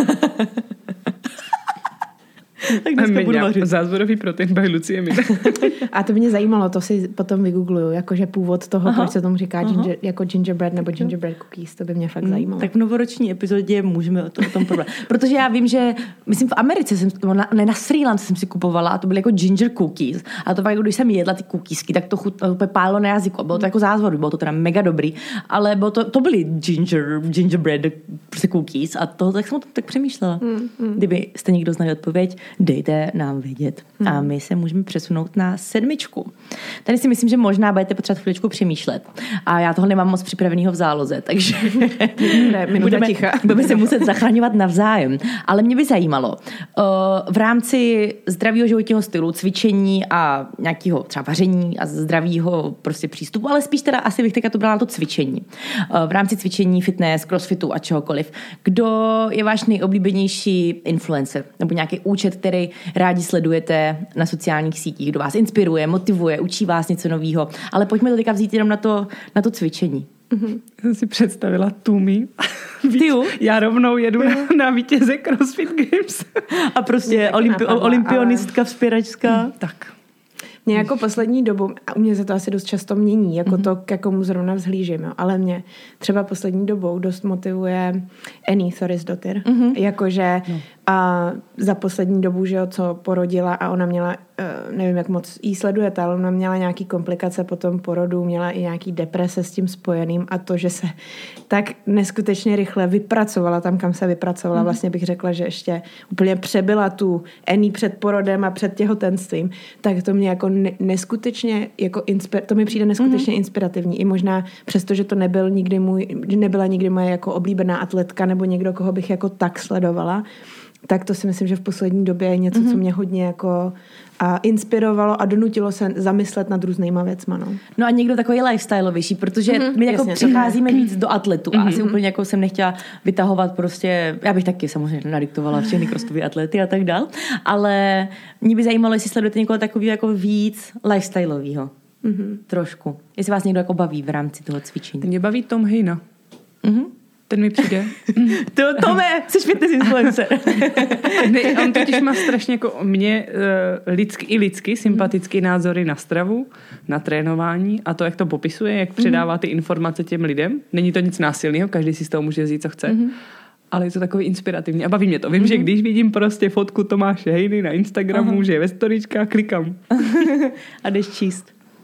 Tak dneska budu vařit. Zázvorový protein by Lucie Mina. A to mě zajímalo, to si potom vygoogluju, jakože původ toho, proč se tomu říká jako gingerbread nebo gingerbread cookies, to by mě fakt zajímalo. Tak v novoroční epizodě můžeme o tom probrat. Protože já vím, že myslím v Americe na Sri Lance jsem si kupovala a to byly jako ginger cookies. A to pak, když jsem jedla ty cookiesky, tak to úplně pálo na jazyku. Bylo to jako zázvor, bylo to teda mega dobrý, ale bylo to byly gingerbread prostě cookies a to tak jsem o tom tak přemýšlela. Kdybyste někdo znali odpověď, dejte nám vědět. A my se můžeme přesunout na 7. Tady si myslím, že možná budete potřebovat chvíličku přemýšlet. A já toho nemám moc připravenýho v záloze, takže budeme se muset zachraňovat navzájem. Ale mě by zajímalo, v rámci zdravého životního stylu, cvičení a nějakého třeba vaření a zdravého prostě přístupu, ale spíš teda asi bych teďka to brala na to cvičení. V rámci cvičení, fitness, crossfitu a čehokoliv. Kdo je váš nejoblíbenější influencer nebo nějaký účet, který rádi sledujete na sociálních sítích, kdo vás inspiruje, motivuje, učí vás něco nového. Ale pojďme to teďka vzít jenom na to cvičení. Jsem si představila Tumi. Já rovnou jedu na vítěze CrossFit Games. A prostě olympionistka, vzpěračka. Tak. Mě jako poslední dobu, a u mě se to asi dost často mění, jako to, k jakomu zrovna vzhlížím, jo, ale mě třeba poslední dobou dost motivuje Annie Thorisdottir. Jakože A za poslední dobu, že jo, co porodila a ona měla, nevím, jak moc jí sledujete, ale ona měla nějaký komplikace po tom porodu, měla i nějaký deprese s tím spojeným a to, že se tak neskutečně rychle vypracovala tam, kam se vypracovala. Vlastně bych řekla, že ještě úplně přebyla tu Annie před porodem a před těhotenstvím, tak to mě jako neskutečně, jako to mi přijde neskutečně inspirativní. I možná přesto, že to nebyla nikdy moje jako oblíbená atletka nebo někdo, koho bych jako tak sledovala, tak to si myslím, že v poslední době je něco, co mě hodně jako inspirovalo a donutilo se zamyslet nad různýma věcma. No a někdo takový lifestyleovější, protože my jako přicházíme víc do atletu a asi úplně jako jsem nechtěla vytahovat prostě, já bych taky samozřejmě nadiktovala všechny crossfitové atlety a tak dál, ale mě by zajímalo, jestli sledujete někoho takového jako víc lifestyleového. Trošku. Jestli vás někdo jako baví v rámci toho cvičení. Mě baví Tom Hejna. Ten mi přijde. Tome, jsi fitness influencer. Ne, on totiž má strašně jako mě lidsky sympatický názory na stravu, na trénování a to, jak to popisuje, jak předává ty informace těm lidem. Není to nic násilného, každý si z toho může vzít, co chce. Ale je to takový inspirativní a baví mě to. Vím, že když vidím prostě fotku Tomáše Hejny na Instagramu, že je ve storičkách, klikám. A jdeš číst.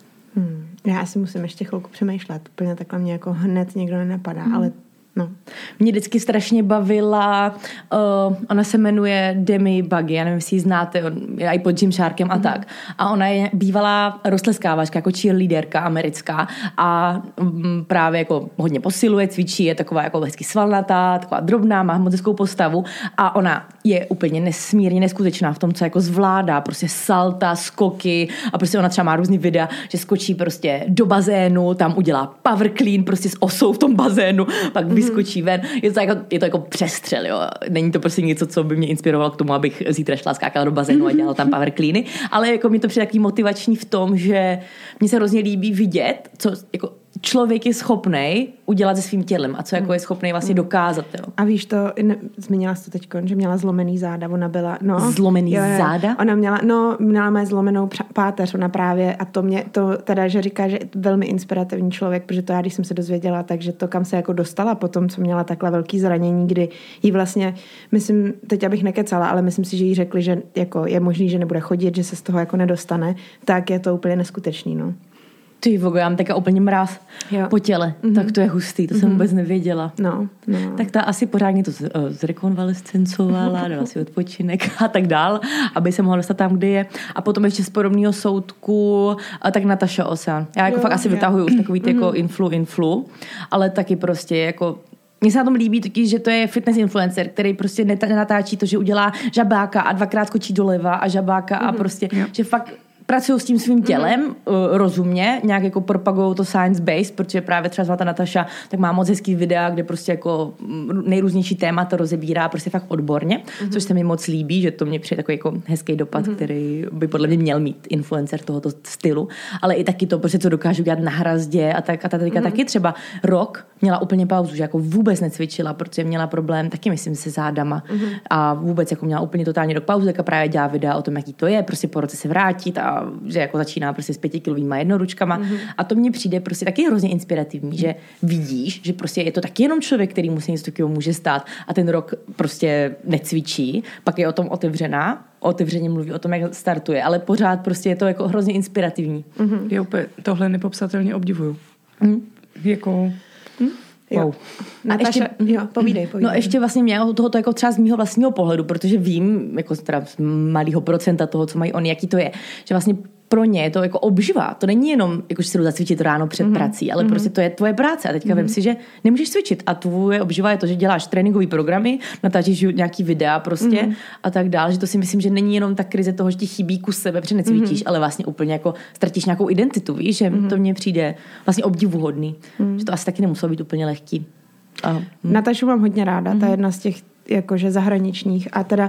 Já si musím ještě chvilku přemýšlet. Úplně takhle mě jako hned někdo nenapadá, ale no. Mě vždycky strašně bavila, ona se jmenuje Demi Buggy, já nevím, jestli ji znáte, je i pod Gymsharkem a tak. A ona je bývalá rostleskávačka, jako cheerleaderka americká a právě jako hodně posiluje, cvičí, je taková jako hezky svalnatá, taková drobná, má moc hezkou postavu a ona je úplně nesmírně neskutečná v tom, co jako zvládá, prostě salta, skoky a prostě ona třeba má různý videa, že skočí prostě do bazénu, tam udělá power clean prostě s osou v tom bazénu, pak vyskočí ven. Je to jako přestřel, jo. Není to prostě něco, co by mě inspirovalo k tomu, abych zítra šla skákala do bazénu a dělala tam power cleany, ale jako mi to přijde takový motivační v tom, že mně se hrozně líbí vidět, co jako člověk je schopnej udělat se svým tělem a co jako je schopnej vlastně dokázat. Jo. A víš to, zmínila jsi to teďko, že měla zlomený záda, ona byla, Zlomený záda? Ona měla mé zlomenou páteř, ona právě, a to mě, to teda, že říká, že je velmi inspirativní člověk, protože to já, když jsem se dozvěděla, takže to, kam se jako dostala po tom, co měla takhle velký zranění, kdy jí vlastně, myslím, teď abych nekecala, ale myslím si, že jí řekli, že jako je možný, že nebude chodit, že se z toho jako nedostane, tak je to úplně neskutečný, no. Ty vogo, já mám taká úplně mráz po těle. Tak to je hustý, to jsem vůbec nevěděla. No. Tak ta asi pořádně to zrekonvalescencovala, dala si odpočinek a tak dál, aby se mohla dostat tam, kde je. A potom ještě z podobného soudku, tak Natasha Ocean. Já jako fakt asi vytahuju už takový ty jako influ, ale taky prostě jako mně se na tom líbí totiž, že to je fitness influencer, který prostě nenatáčí to, že udělá žabáka a dvakrát skočí doleva a žabáka a prostě, že fakt pracují s tím svým tělem rozumně, nějak jako propagují to science-based, protože právě třeba ta Natasha tak má moc hezký videa, kde prostě jako nejrůznější témata rozebírá prostě fakt odborně, což se mi moc líbí, že to mě přijde takový jako hezký dopad, který by podle mě měl mít influencer tohoto stylu, ale i taky to prostě, co dokážu dělat na hrazdě a tak a ta teďka taky třeba rok měla úplně pauzu, že jako vůbec necvičila, protože měla problém taky myslím se zádama a vůbec jako měla úplně totálně rok pauzu, tak právě dělá videa o tom, jaký to je, prostě po roce se vrátit a že jako začíná prostě s 5kilovýma jednoručkama a to mně přijde prostě taky hrozně inspirativní, že vidíš, že prostě je to taky jenom člověk, který musí něco takového může stát a ten rok prostě necvičí, pak je o tom otevřeně mluví o tom, jak startuje, ale pořád prostě je to jako hrozně inspirativní. Já úplně tohle nepopsatelně obdivuju. Jako wow. Natasha, povídej. No ještě vlastně mě tohoto jako třeba z mýho vlastního pohledu, protože vím, jako teda z malého procenta toho, co mají oni, jaký to je, že vlastně pro ně je to jako obživa. To není jenom, jako, že si jdu zacvičit ráno před prací, ale prostě to je tvoje práce. A teďka vem si, že nemůžeš cvičit. A tvoje obživa je to, že děláš tréninkové programy, natáčíš nějaký videa prostě a tak dál. Že to si myslím, že není jenom ta krize toho, že ti chybí kus sebe, protože necvičíš, ale vlastně úplně jako ztratíš nějakou identitu. Víš, že to mně přijde vlastně obdivuhodný. Že to asi taky nemuselo být úplně lehký. Natašu mám hodně ráda, ta je jedna z těch jakože zahraničních a teda,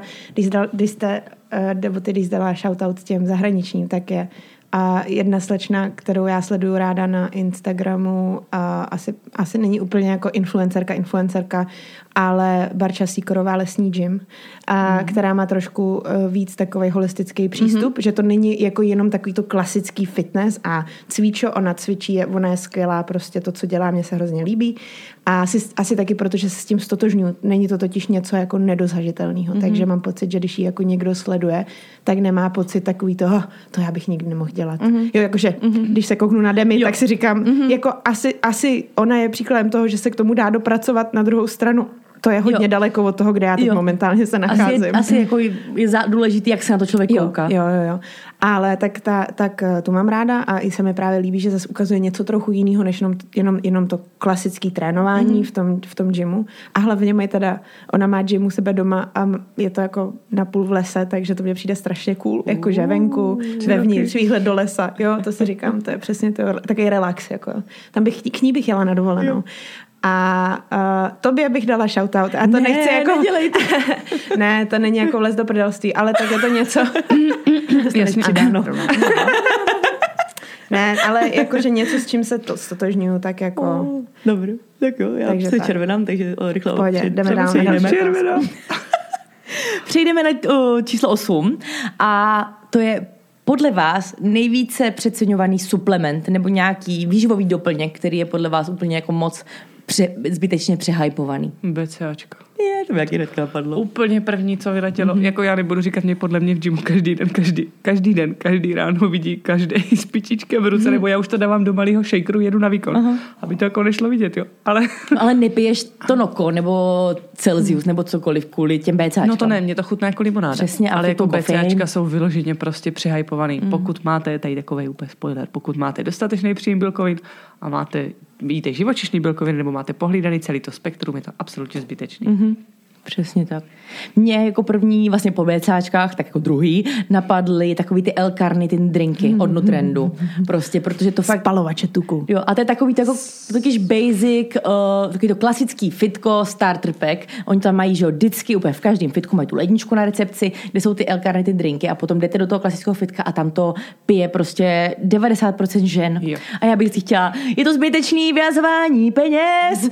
když jsi dala shoutout těm zahraničním, tak je a jedna slečna, kterou já sleduju ráda na Instagramu a asi není úplně jako influencerka, ale Barča Sýkorová lesní gym, která má trošku víc takový holistický přístup, že to není jako jenom takový to klasický fitness a cvičo, ona cvičí, ona je skvělá, prostě to, co dělá, mě se hrozně líbí. A asi taky, protože se s tím stotožňuji. Není to totiž něco jako nedosažitelného, takže mám pocit, že když ji jako někdo sleduje, tak nemá pocit takový toho, to já bych nikdy nemohl dělat. Jo, jakože, když se kouknu na Demi, tak si říkám, jako asi ona je příkladem toho, že se k tomu dá dopracovat. Na druhou stranu to je hodně daleko od toho, kde já teď momentálně se nacházím. Asi jako je důležitý, jak se na to člověk kouká. Jo. Ale tak tu mám ráda a i se mi právě líbí, že zase ukazuje něco trochu jiného, než jenom to klasické trénování v tom gymu. A hlavně ona má gym u sebe doma a je to jako napůl v lese, takže to mě přijde strašně cool. Jakože venku, vevnitř, výhled do lesa. Jo, to si říkám, to je přesně takový relax. Jako. K ní bych jela na dovolenou. A tobě bych dala shoutout. A to nechci jako... Nedělejte. Ne, to není jako vlez do prdelství, ale tak je to něco... Jasně, přidáno. Ne, ale jakože něco, s čím se to stotožňuju, tak jako... Dobře, tak jo, já se červenám, takže rychle jdeme dál. Přejdeme na číslo 8 a to je podle vás nejvíce přeceňovaný suplement nebo nějaký výživový doplněk, který je podle vás úplně jako moc zbytečně přehypovaný. BCAčka. Je, to mi jaký hnedka napadlo. Úplně první, co vyletělo. Jako já nebudu říkat, mě podle mě v gymu každý ráno vidí každý s pičičkem v ruce, nebo já už to dávám do malého shakeru, jedu na výkon, aby to jako nešlo vidět, jo. Ale nepiješ to Noko, nebo Celsius, nebo cokoliv kvůli těm BCAčkám. No to ne, mě to chutná jako limonáda. Přesně, ale jako BCAčka jsou vyloženě prostě přehypovaný. Pokud máte, tady takovej úplně spoiler, pokud máte dostatečný příjem bílkovin a jíte živočišný bílkoviny, nebo máte pohlídaný celý to spektrum, je to absolutně zbytečný. Přesně tak. Mě jako první vlastně po BCAčkách, tak jako druhý, napadly takový ty L-carnitin drinky od Nutrendu. Prostě, protože to fakt... Spalovače tuku. Jo, a to je takový totiž basic, takový to klasický fitko starter pack. Oni tam mají, že jo, vždycky úplně v každém fitku mají tu ledničku na recepci, kde jsou ty L-carnitin drinky a potom jdete do toho klasického fitka a tam to pije prostě 90% žen. Jo. A já bych si chtěla, je to zbytečný vyhazování peněz,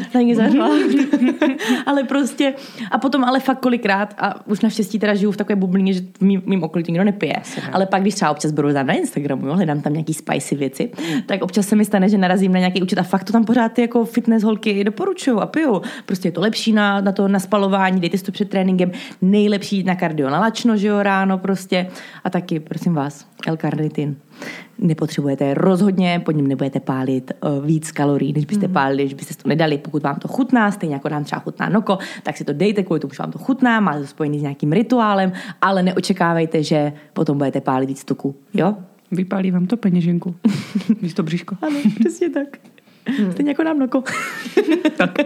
ale prostě, a potom ale fakt kolikrát, a už naštěstí teda žiju v takové bublině, že v mým okolí to nikdo nepije. Ale pak, když třeba občas beru tam na Instagramu, jo, hledám tam nějaký spicy věci, tak občas se mi stane, že narazím na nějaký účet a fakt to tam pořád ty jako fitness holky doporučuju a piju. Prostě je to lepší na to naspalování, dejte si to před tréninkem, nejlepší na kardio na lačno, že jo, ráno prostě. A taky, prosím vás, L-carnitin. Nepotřebujete rozhodně, pod ním nebudete pálit víc kalorií, než byste pálili, když byste to nedali. Pokud vám to chutná, stejně jako nám třeba chutná Noko, tak si to dejte, kvůli tomu, že vám to chutná, máte to spojený s nějakým rituálem, ale neočekávejte, že potom budete pálit víc tuku. Jo? Vypálí vám to peněženku. Místo bříško. Ano, přesně tak. Stejně jako nám Noko. Tak.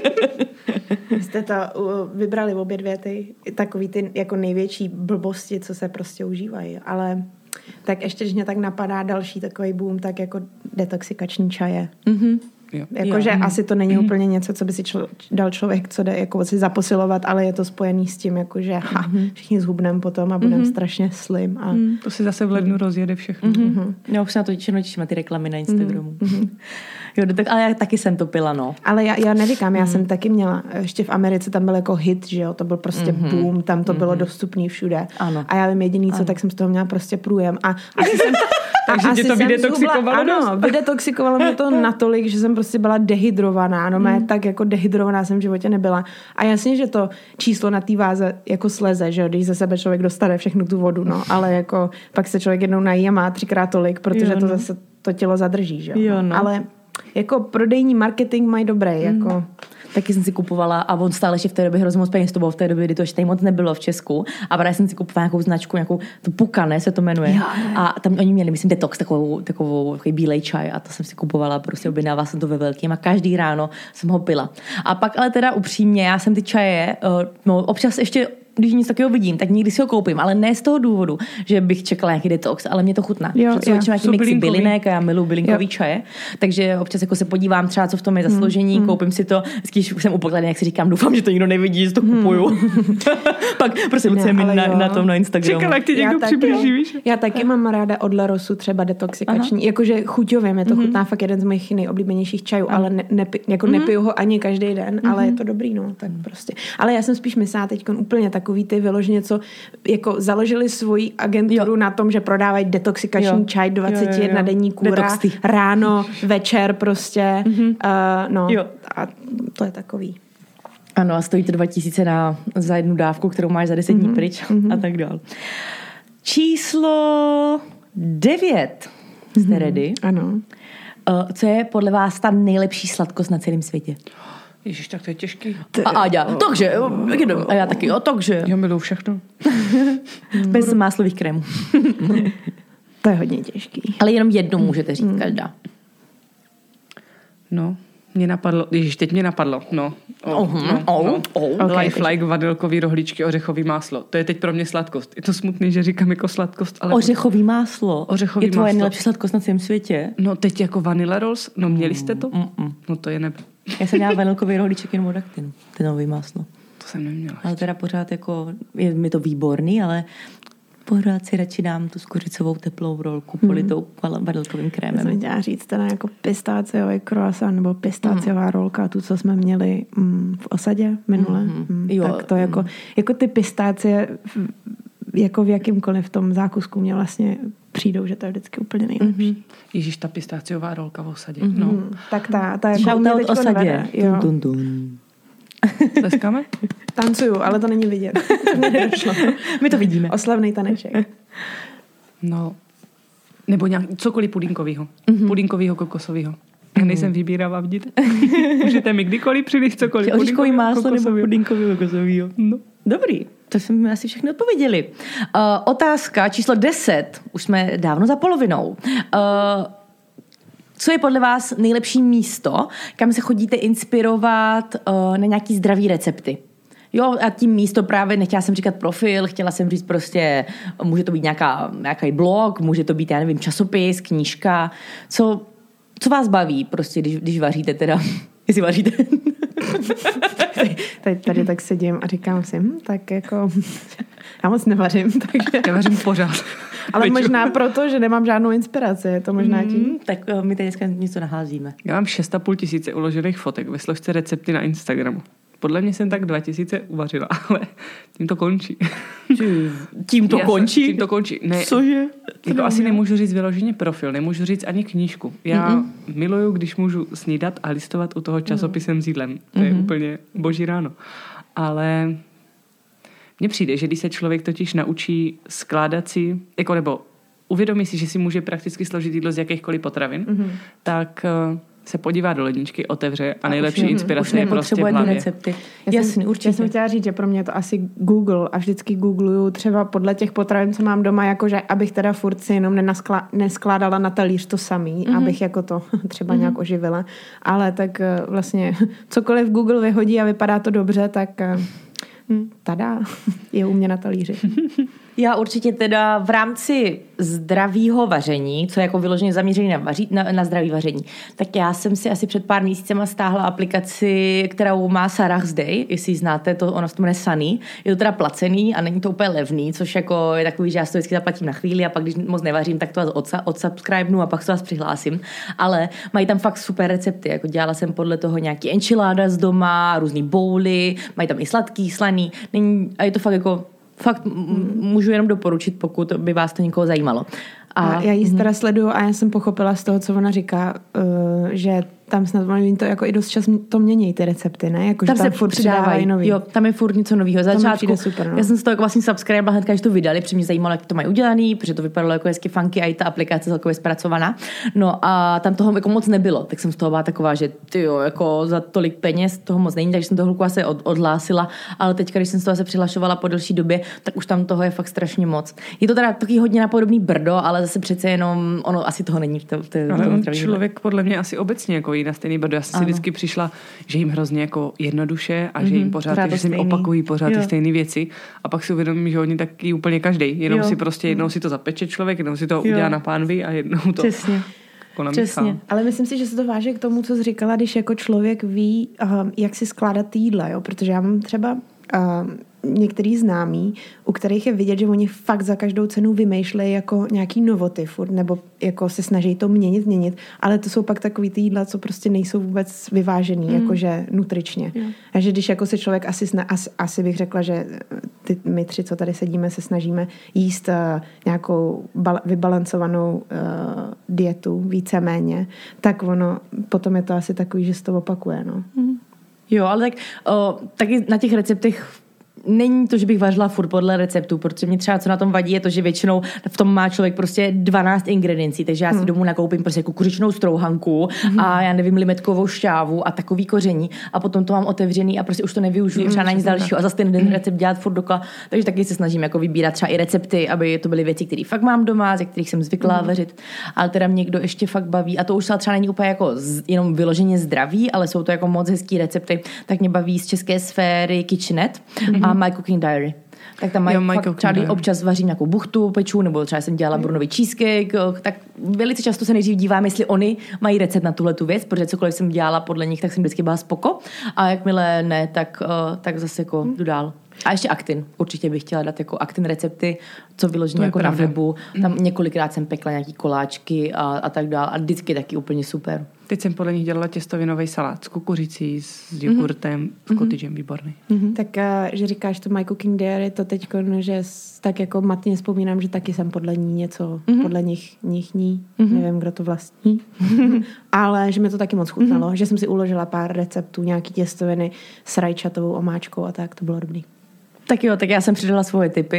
Jste to vybrali obě dvě takový ty jako největší blbosti, co se prostě užívají, ale tak ještě, když mě tak napadá další takový boom, tak jako detoxikační čaje. Jakože asi to není úplně něco, co by si dal člověk, co jde jako si zaposilovat, ale je to spojený s tím, jakože všichni zhubneme potom a budeme strašně slim. A... To si zase v lednu rozjede všechno. Já už se na to těším na ty reklamy na Instagramu. Jo, ale já taky jsem to pila, no. Ale já neříkám, já jsem taky měla, ještě v Americe tam byl jako hit, že jo, to byl prostě boom, tam to bylo dostupný všude. Ano. A já vím jediný co, tak jsem z toho měla prostě průjem. A asi jsem... Takže tě to vydetoxikovalo dost. Ano, vydetoxikovalo mě to natolik, že jsem prostě byla dehydrovaná. Tak jako dehydrovaná jsem v životě nebyla. A jasně, že to číslo na té váze jako sleze, že jo, když ze sebe člověk dostane všechnu tu vodu, no. Ale jako pak se člověk jednou nají a má 3x tolik, protože to zase to tělo zadrží, že jo. No. Ale jako prodejní marketing mají dobrý, jako... Taky jsem si kupovala a on stále ještě v té době hrozně moc peněz, to bylo v té době, kdy to ještě moc nebylo v Česku a právě jsem si kupovala nějakou značku, nějakou tu Pukane se to jmenuje. Jo. A tam oni měli, myslím, detox, takový bílej čaj a to jsem si kupovala, prostě objednávala jsem to ve velkým a každý ráno jsem ho pila. A pak ale teda upřímně, já jsem ty čaje, občas ještě když nic takového vidím, tak někdy si ho koupím, ale ne z toho důvodu, že bych čekala nějaký detox, ale mě to chutná. Jsou nějaký mixy bylinek a já miluji bylinkový čaje, takže občas jako se podívám třeba, co v tom je za složení, koupím si to, když už jsem upokladný, jak si říkám, doufám, že to nikdo nevidí, že to kupuju. Pak prostě Lucie mi na tom na Instagramu. Čekala, jak ty někdo přiblíží, víš? Já taky mám ráda od La Rosu třeba detoxikační, jakože chuťově mě to chutná fakt jeden z mých nejoblíbenějších čajů, ale nepiju ho ani každý den, ale je to dobrý, no, tak prostě. Ale já jsem spíš myslela teď úplně takový ty vyloženě, co jako založili svoji agenturu na tom, že prodávají detoxikační čaj 21 denní kůra, ráno, večer prostě, a to je takový. Ano, a stojí to 2000 za jednu dávku, kterou máš za 10 dní pryč a tak dál. Číslo 9. Jste ready? Ano. Co je podle vás ta nejlepší sladkost na celém světě? Ježiš, tak to je těžký. A Áďa, takže, a já taky, takže. Já miluji všechno. Bez máslových krémů. To je hodně těžký. Ale jenom jednu můžete říct každá. No, mě napadlo, teď mě napadlo, Lifelike, vanilkový rohličky, ořechový máslo. To je teď pro mě sladkost. Je to smutný, že říkám jako sladkost, ale... Ořechový máslo? Je tvoje nejlepší sladkost na celém světě? No teď jako vanilla rolls, no měli jste to? No to je nebe. Já jsem měla vanilkový rohlíček jenom od Actinu, ten nový máslo. To jsem neměla. Ale teda pořád jako, je mi to výborný, ale pořád si radši dám tu skořicovou teplou rolku politou vanilkovým krémem. Já jsem chtěla říct teda jako pistáciový croissant nebo pistáciová rolka, tu, co jsme měli v osadě minule. Tak to jako ty pistácie jako v jakýmkoliv tom zákusku mě vlastně přijdou, že to je vždycky úplně nejlepší. Ježíš, ta pistáciová rolka v osadě. Tak ta jako shoutout osadě. Tleskáme? Tancuju, ale to není vidět. My to vidíme. Oslavný taneček. No, nebo cokoliv pudinkovýho. Pudinkovýho, kokosovýho. Já nejsem vybíravá, vidíte? Můžete mi kdykoliv přinést cokoliv. Oříškový máslo nebo pudinkovýho, kokosovýho. No. Dobrý, to jsme asi všechno odpověděli. Otázka číslo 10. Už jsme dávno za polovinou. Co je podle vás nejlepší místo, kam se chodíte inspirovat na nějaký zdravý recepty? Jo, a tím místo právě, nechtěla jsem říkat profil, chtěla jsem říct prostě, může to být nějaký blog, může to být, já nevím, časopis, knížka. Co vás baví prostě, když vaříte teda? Jestli vaříte? Tady tak sedím a říkám si, tak jako já moc nevařím, takže... Já vařím pořád. Ale možná proto, že nemám žádnou inspiraci, je to možná tím. Tak my teď dneska něco naházíme. Já mám 6,5 tisíce uložených fotek ve složce recepty na Instagramu. Podle mě jsem tak 2000 uvařila, ale tím to končí. Tím to končí? Ne, cože? Jako asi nemůžu říct vyloženě profil, nemůžu říct ani knížku. Já miluju, když můžu snídat a listovat u toho časopisem s jídlem. To je úplně boží ráno. Ale mně přijde, že když se člověk totiž naučí skládat si, jako nebo uvědomí si, že si může prakticky složit jídlo z jakýchkoliv potravin, tak se podívá do ledničky, otevře a nejlepší inspirace je prostě v hlavě. Recepty. Jasně, určitě. Já jsem chtěla říct, že pro mě je to asi Google a vždycky googluju třeba podle těch potravin, co mám doma, jakože abych teda furt si jenom neskládala na talíř to samý, abych jako to třeba nějak oživila. Ale tak vlastně cokoliv Google vyhodí a vypadá to dobře, tak tada, je u mě na talíři. Já určitě teda v rámci zdravého vaření, co je jako vyloženě zaměřený na zdravý vaření, tak já jsem si asi před pár měsícema stáhla aplikaci, kterou má Sarah's Day, jestli ji znáte, ono se to jmenuje Sunny. Je to teda placený a není to úplně levný, což jako je takový, že já si to vždycky zaplatím na chvíli a pak, když moc nevařím, tak to vás odsubscribenu a pak se vás přihlásím. Ale mají tam fakt super recepty, jako dělala jsem podle toho nějaký enchiladas doma, různý bowly, mají tam i sladký, slaný, a je to fakt jako můžu jenom doporučit, pokud by vás to někoho zajímalo. A já ji teda sleduju a já jsem pochopila z toho, co ona říká, že tam snad oni to jako i dost čas to mění ty recepty, ne? Jako, tam že se furt přidávají nový. Jo, tam je furt něco novýho. Začátku super, no. Já jsem si to jako vlastně subscribe hnedka, když to vydali, protože mě zajímalo, jak to mají udělaný, protože to vypadalo jako hezky funky a i ta aplikace celkově zpracovaná. No a tam toho jako moc nebylo, tak jsem z toho byla taková, že tyjo, jako za tolik peněz toho moc není, takže jsem to hluku asi odhlásila, ale teď, když jsem se toho přihlašovala po delší době, tak už tam toho je fakt strašně moc. Je to teda taky hodně napodobný Brdo, ale zase přece jenom ono asi toho není v ale člověk podle mě asi obecně jako nastavují na stejný bod. Já jsem si vždycky přišla, že jim hrozně jako jednoduše a že jim pořád že se jim opakují pořád ty stejné věci a pak si uvědomím, že oni taky úplně každý. Jenom si prostě jednou si to zapeče člověk, jednou si to udělá na pánvi a jednou to... Přesně. Přesně. Ale myslím si, že se to váže k tomu, co jsi říkala, když jako člověk ví, jak si skládat jídla, jo? Protože já mám třeba některý známí, u kterých je vidět, že oni fakt za každou cenu vymýšlejí jako nějaký novoty furt, nebo jako se snaží to měnit, ale to jsou pak takový ty jídla, co prostě nejsou vůbec vyvážený, jakože nutričně. A že když jako se člověk asi bych řekla, že my tři, co tady sedíme, se snažíme jíst nějakou vybalancovanou dietu víceméně, tak ono, potom je to asi takový, že se to opakuje, no. Jo, ale tak taky na těch receptech není to, že bych vařila furt podle receptu, protože mě třeba co na tom vadí je to, že většinou v tom má člověk prostě 12 ingrediencí, takže já si domů nakoupím prostě kukuřičnou strouhanku a já nevím, limetkovou šťávu a takový koření a potom to mám otevřený a prostě už to nevyužiju třeba na nic dalšího a zase ten recept dělat furt dokola, takže taky se snažím jako vybírat třeba i recepty, aby to byly věci, které fakt mám doma, ze kterých jsem zvyklá vařit, ale teda mě někdo ještě fakt baví a to už třeba není úplně jako jenom vyloženě zdraví, ale jsou to jako moc hezký recepty, tak mě baví z české sféry Kitchenet a My Cooking Diary. Tak tam třeba občas vařím nějakou buchtu, peču, nebo třeba jsem dělala brunový cheesecake, tak velice často se nejdřív dívám, jestli oni mají recept na tuhletu věc, protože cokoliv jsem dělala podle nich, tak jsem vždycky byla spoko. A jakmile ne, tak zase jako jdu dál. A ještě Actin. Určitě bych chtěla dát jako Actin recepty, co vyloženě jako pravda. Na webu. Tam několikrát jsem pekla nějaký koláčky a tak dál. A vždycky taky úplně super. Teď jsem podle nich dělala těstovinový salát s kukuřicí, s jogurtem, s cottage, výborný. Tak, že říkáš to My Cooking Diary, to teďko, že tak jako matně vzpomínám, že taky jsem podle ní něco, podle nich nevím, kdo to vlastní, ale že mi to taky moc chutnalo, že jsem si uložila pár receptů, nějaký těstoviny s rajčatovou omáčkou a tak, to bylo dobrý. Tak jo, tak já jsem přidala svoje tipy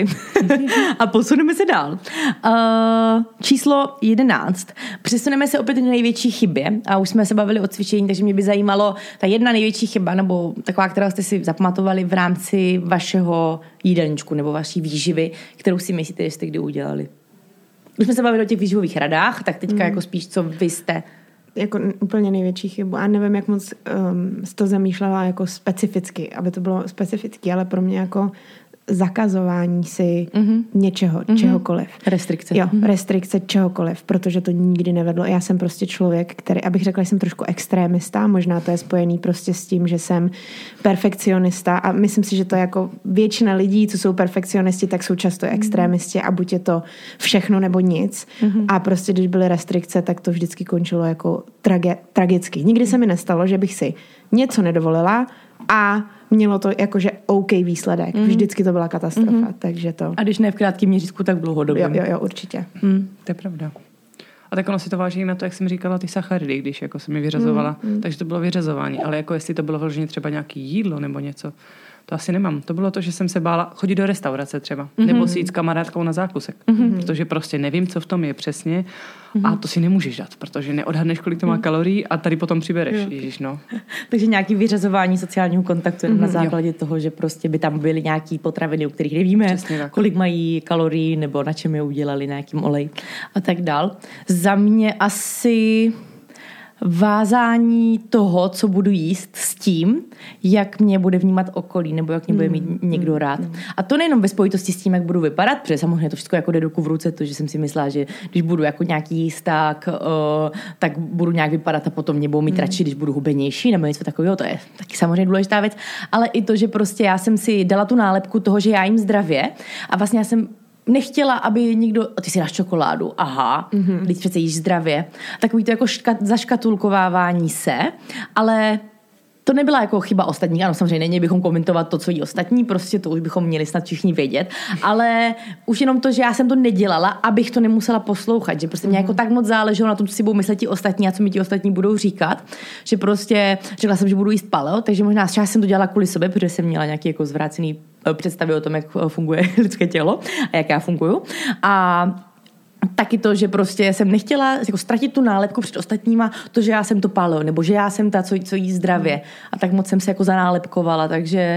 a posuneme se dál. Číslo 11. Přesuneme se opět k největší chybě a už jsme se bavili o cvičení, takže mě by zajímalo ta jedna největší chyba, nebo taková, která jste si zapamatovali v rámci vašeho jídelníčku nebo vaší výživy, kterou si myslíte, že jste kdy udělali. Už jsme se bavili o těch výživových radách, tak teďka jako spíš, co vy jste jako úplně největší chybu. A nevím, jak moc to zamýšlela jako specificky, aby to bylo specificky, ale pro mě jako zakazování si něčeho, čehokoliv. Restrikce. Jo, restrikce čehokoliv, protože to nikdy nevedlo. Já jsem prostě člověk, který, abych řekla, že jsem trošku extrémista, možná to je spojený prostě s tím, že jsem perfekcionista a myslím si, že to jako většina lidí, co jsou perfekcionisti, tak jsou často extrémisti a buď je to všechno nebo nic. A prostě, když byly restrikce, tak to vždycky končilo jako tragicky. Nikdy se mi nestalo, že bych si něco nedovolila a mělo to jakože OK výsledek. Vždycky to byla katastrofa, takže to... A když ne v krátkém měřítku, tak dlouhodobě. Jo, určitě. To je pravda. A tak ono si to váží na to, jak jsem říkala, ty sacharidy, když jako jsem mi vyřazovala. Takže to bylo vyřazování. Ale jako jestli to bylo vloženě třeba nějaký jídlo nebo něco, to asi nemám. To bylo to, že jsem se bála chodit do restaurace třeba. Nebo si jít s kamarádkou na zákusek. Protože prostě nevím, co v tom je přesně. A to si nemůžeš dát, protože neodhadneš, kolik to má kalorií a tady potom přibereš. Ježiš, no. Takže nějaký vyřazování sociálního kontaktu na základě toho, že prostě by tam byly nějaký potraviny, u kterých nevíme, kolik mají kalorií nebo na čem je udělali, na jakým oleji a tak dál. Za mě asi vázání toho, co budu jíst s tím, jak mě bude vnímat okolí nebo jak mě bude mít někdo rád. A to nejenom ve spojitosti s tím, jak budu vypadat, protože samozřejmě to všechno jako jde ruku v ruce, to, že jsem si myslela, že když budu jako nějaký jíst, tak budu nějak vypadat a potom mě budou mít radši, když budu hubenější nebo něco takového, to je taky samozřejmě důležitá věc, ale i to, že prostě já jsem si dala tu nálepku toho, že já jím zdravě a vlastně já jsem nechtěla, aby někdo, ty si dáš čokoládu, aha, teď přece jíš zdravě. Takový to jako zaškatulkovávání se, ale to nebyla jako chyba ostatních. Ano, samozřejmě není bychom komentovat to, co jí ostatní, prostě to už bychom měli snad všichni vědět, ale už jenom to, že já jsem to nedělala, abych to nemusela poslouchat, že prostě mě jako tak moc záleželo na tom, co si budou myslet ti ostatní a co mi ti ostatní budou říkat, že prostě řekla jsem, že budu jíst paleo, takže možná část jsem to dělala kvůli sobě, protože jsem měla nějaký jako zvrácený představy o tom, jak funguje lidské tělo a jak já funguju. A taky to, že prostě jsem nechtěla jako ztratit tu nálepku před ostatníma, to, že já jsem to paleo, nebo že já jsem ta, co jí zdravě. A tak moc jsem se jako zanálepkovala, takže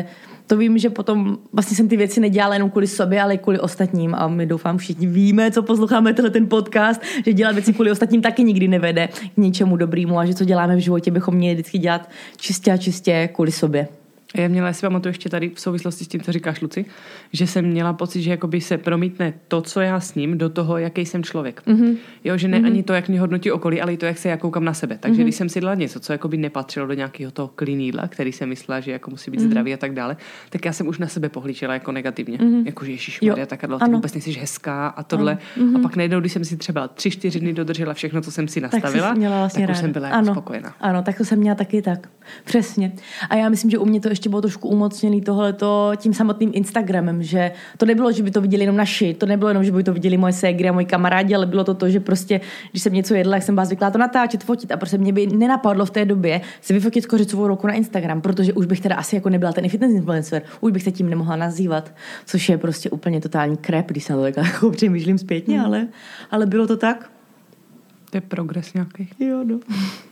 to vím, že potom vlastně jsem ty věci nedělala jenom kvůli sobě, ale i kvůli ostatním a my doufám všichni víme, co posloucháme ten podcast, že dělat věci kvůli ostatním taky nikdy nevede k něčemu dobrému a že co děláme v životě bychom měli vždycky dělat čistě a čistě kvůli sobě. Já měla, jestli pamatuju ještě tady v souvislosti s tím, co říkáš, Luci, že jsem měla pocit, že jakoby se promítne to, co já s ním, do toho, jaký jsem člověk. Jo, že ne ani to, jak mě hodnotí okolí, ale i to, jak se já koukám na sebe. Takže když jsem si dala něco, co jakoby nepatřilo do nějakého toho clean jídla, který jsem myslela, že jako musí být zdravý a tak dále, tak já jsem už na sebe pohlížela jako negativně. Jakože ježišmarja, tak ty vůbec nejsi hezká a tohle. A pak najednou, když jsem si třeba 3-4 dny dodržela všechno, co jsem si nastavila, tak už jsem byla jako spokojená. Ano, tak to jsem měla taky tak. Přesně. A já myslím, že u mě to ještě bylo trošku umocněný tohleto tím samotným Instagramem, že to nebylo, že by to viděli jenom naši, to nebylo jenom, že by to viděli moje ségry a moji kamarádi, ale bylo to, že prostě, když jsem něco jedla, jak jsem byla zvyklá to natáčet, fotit a prostě mě by nenapadlo v té době si vyfotit kořicovou rolku na Instagram, protože už bych teda asi jako nebyla ten fitness influencer, už bych se tím nemohla nazývat, což je prostě úplně totální crap, když se na to jako přemýšlím zpětně, ale bylo to tak. To je progres nějaký. Jo, no.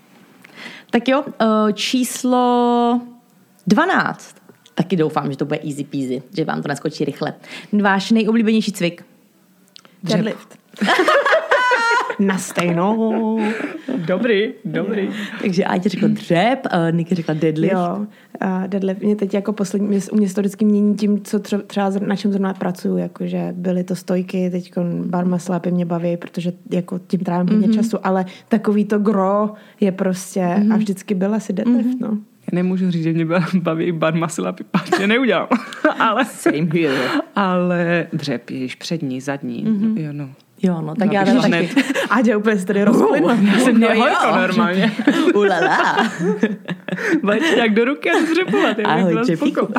Tak jo, číslo 12. Taky doufám, že to bude easy peasy, že vám to naskočí rychle. Váš nejoblíbenější cvik? Deadlift. Na stejnou. Dobrý. Takže Áďa řekla dřep, Niky řekla deadlift. Jo, deadlift mě teď jako poslední, u mě se to vždycky mění tím, co třeba na čem zrovna pracuju, jakože byly to stojky, teď bar muscle upy mě baví, protože jako tím trávím hodně času, ale takový to gro je prostě a vždycky byl asi deadlift, no. Já nemůžu říct, že mě baví bar muscle upy, že neudělám. Same here. Ale dřep, jež přední, zadní, jo no. Jo, no, tak já taky. Áďa úplně se tady rozplynula. Já jsem nehojko normálně. Ulala. Bajte jak do ruky a dřepovat. Ahoj, dřepíku.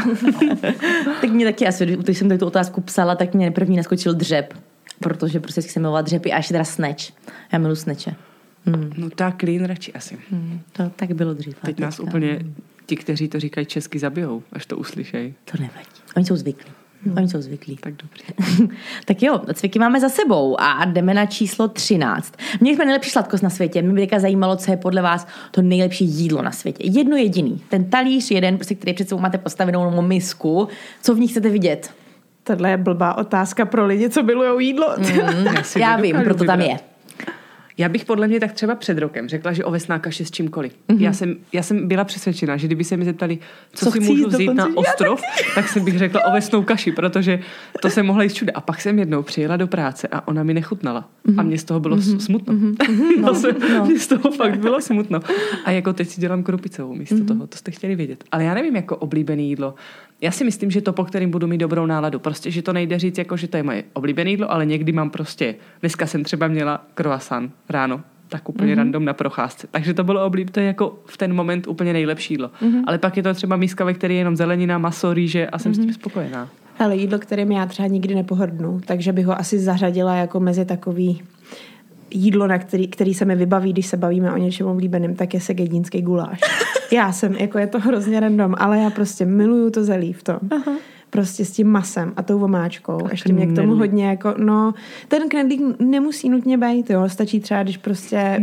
Tak mě taky asi, když jsem tady tu otázku psala, tak mě první naskočil dřep. Protože prostě jsem milovala dřepy a ještě teda snatch. Já miluji snatche. No tak clean radši asi. To tak bylo dřív. Teď nás úplně ti, kteří to říkají česky, zabijou, až to uslyšejí. To nevadí. Oni jsou zvyklí. Oni jsou zvyklí. Tak dobře. Tak jo, cviky máme za sebou a jdeme na číslo 13. Měli jsme nejlepší sladkost na světě. Mě by teďka zajímalo, co je podle vás to nejlepší jídlo na světě. Jedno jediný. Ten talíř jeden, prostě, který před sebou máte postavenou misku. Co v ní chcete vidět? Tohle je blbá otázka pro lidi, co milujou jídlo. Já vím, proto tam je. Já bych podle mě tak třeba před rokem řekla, že ovesná kaše s čímkoliv. Já jsem byla přesvědčena, že kdyby se mi zeptali, co si můžu vzít na ostrov, tak jsem bych řekla ovesnou kaši, protože to jsem mohla jíst všude. A pak jsem jednou přijela do práce a ona mi nechutnala. A mně z toho bylo smutno. Mně z toho fakt bylo smutno. A jako teď si dělám krupicovou místo toho, to jste chtěli vědět. Ale já nevím, jako oblíbené jídlo. Já si myslím, že to, po kterým budu mít dobrou náladu. Prostě, že to nejde říct, jako, že to je moje oblíbené jídlo, ale někdy mám prostě, dneska jsem třeba měla croissant ráno, tak úplně random na procházce. Takže to bylo to je jako v ten moment úplně nejlepší jídlo. Ale pak je to třeba míska, ve které je jenom zelenina, maso, rýže a jsem s tím spokojená. Ale jídlo, kterým já třeba nikdy nepohrdnu, takže bych ho asi zařadila jako mezi takový jídlo, na který se mi vybaví, když se bavíme o něčem oblíbeném, tak je segedínský guláš. Já jsem, jako je to hrozně random, ale já prostě miluju to zelí v tom. Aha. Prostě s tím masem a tou vomáčkou. A ještě mě k tomu hodně jako, no, ten knedlík nemusí nutně být, jo. Stačí třeba, když prostě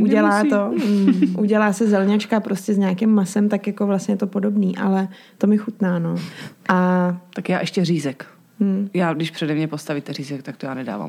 udělá se zelňačka prostě s nějakým masem, tak jako vlastně to podobný, ale to mi chutná, no. A tak já ještě řízek. Já, když přede mě postavíte řízek, tak to já nedávám.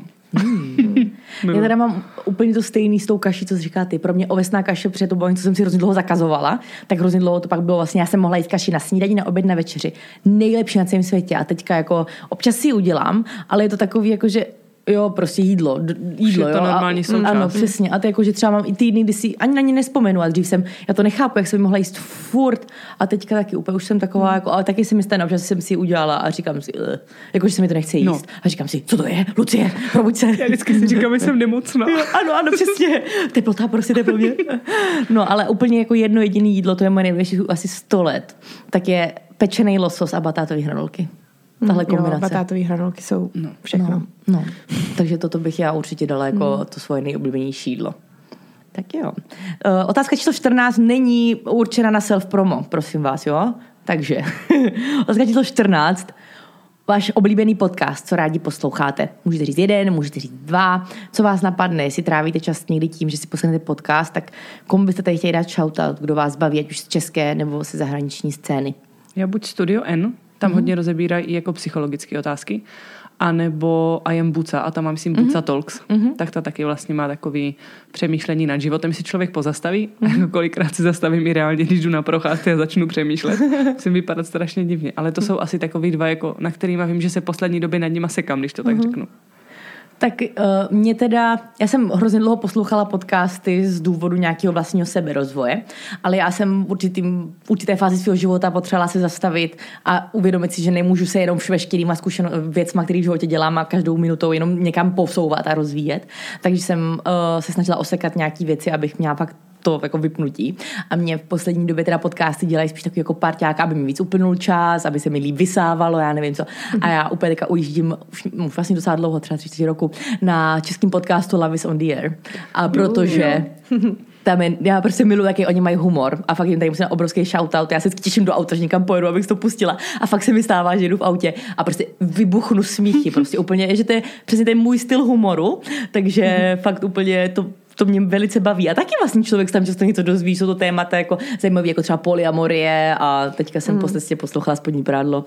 Já teda mám úplně to stejný s tou kaší, co jsi říká ty. Pro mě ovesná kaše, protože to bylo něco, co jsem si hrozně dlouho zakazovala, tak hrozně dlouho to pak bylo vlastně, já jsem mohla jíst kaši na snídani, na oběd, na večeři. Nejlepší na celém světě a teďka jako občas si ji udělám, ale je to takový jako, že jo, prostě jídlo je to jo. normální součást. Ano, přesně. A to jako, že třeba mám i týdny, kdy si ani na ně nespomenu a dřív já to nechápu, jak jsem mohla jíst furt a teďka taky úplně už jsem taková, jako, ale taky si mi stane, občas jsem si udělala a říkám si, jako, že se mi to nechce jíst. A říkám si, co to je, Lucie, probuď se. Já vždycky si říkám, že jsem nemocná. Ano, přesně. Teplota, prostě teplně. No, ale úplně jako jedno jediné jídlo, to je moje nejlepší asi 100 let, tak je pečený losos a batátové hranolky. Tahle kombinace. Jo, batátové hranolky jsou všechno. No. Takže toto bych já určitě dala jako to svoje nejoblíbenější jídlo. Tak jo. Otázka číslo 14 není určena na self-promo, prosím vás, jo? Takže otázka číslo 14. Váš oblíbený podcast, co rádi posloucháte. Můžete říct jeden, můžete říct 2. Co vás napadne, jestli trávíte čas někdy tím, že si poslechnete podcast, tak komu byste tady chtěli dát shoutout, kdo vás baví, ať už z české nebo se zahraniční scény? Já buď Studio N, Tam hodně rozebírají i jako psychologické otázky. A nebo I am Buca, a tam mám, myslím, Buca Talks. Tak ta taky vlastně má takový přemýšlení nad životem, si člověk pozastaví. Kolikrát si zastavím i reálně, když jdu na procházce a začnu přemýšlet. Musím vypadat strašně divně. Ale to jsou asi takový dva, jako, na kterýma vím, že se poslední době nad nima sekám, když to tak řeknu. Tak mě teda, já jsem hrozně dlouho poslouchala podcasty z důvodu nějakého vlastního seberozvoje, ale já jsem v určité fázi svého života potřebovala se zastavit a uvědomit si, že nemůžu se jenom veškerýma věcma, který v životě dělám a každou minutou jenom někam posouvat a rozvíjet. Takže jsem se snažila osekat nějaký věci, abych měla fakt to jako vypnutí. A mě v poslední době teda podcasty dělají spíš takový jako parťák, aby mi víc uplynul čas, aby se mi líp vysávalo, já nevím co. A já úplně teďka ujíždím už vlastně docela dlouho, třeba 3-4 roku, na českém podcastu Love is on the Air. A protože tam já prostě miluji, jaký oni mají humor a fakt jim tady musím na obrovský shoutout. Já se těším do auta, že někam pojedu, abych to pustila. A fakt se mi stává, že jdu v autě a prostě vybuchnu smíchy. Prostě úplně, že to je přesně ten můj styl humoru, takže fakt úplně to mě velice baví. A taky vlastně člověk tam často něco dozví, jsou to témata jako zajímavé, jako třeba polyamorie a teďka jsem po cestě poslouchala Spodní prádlo.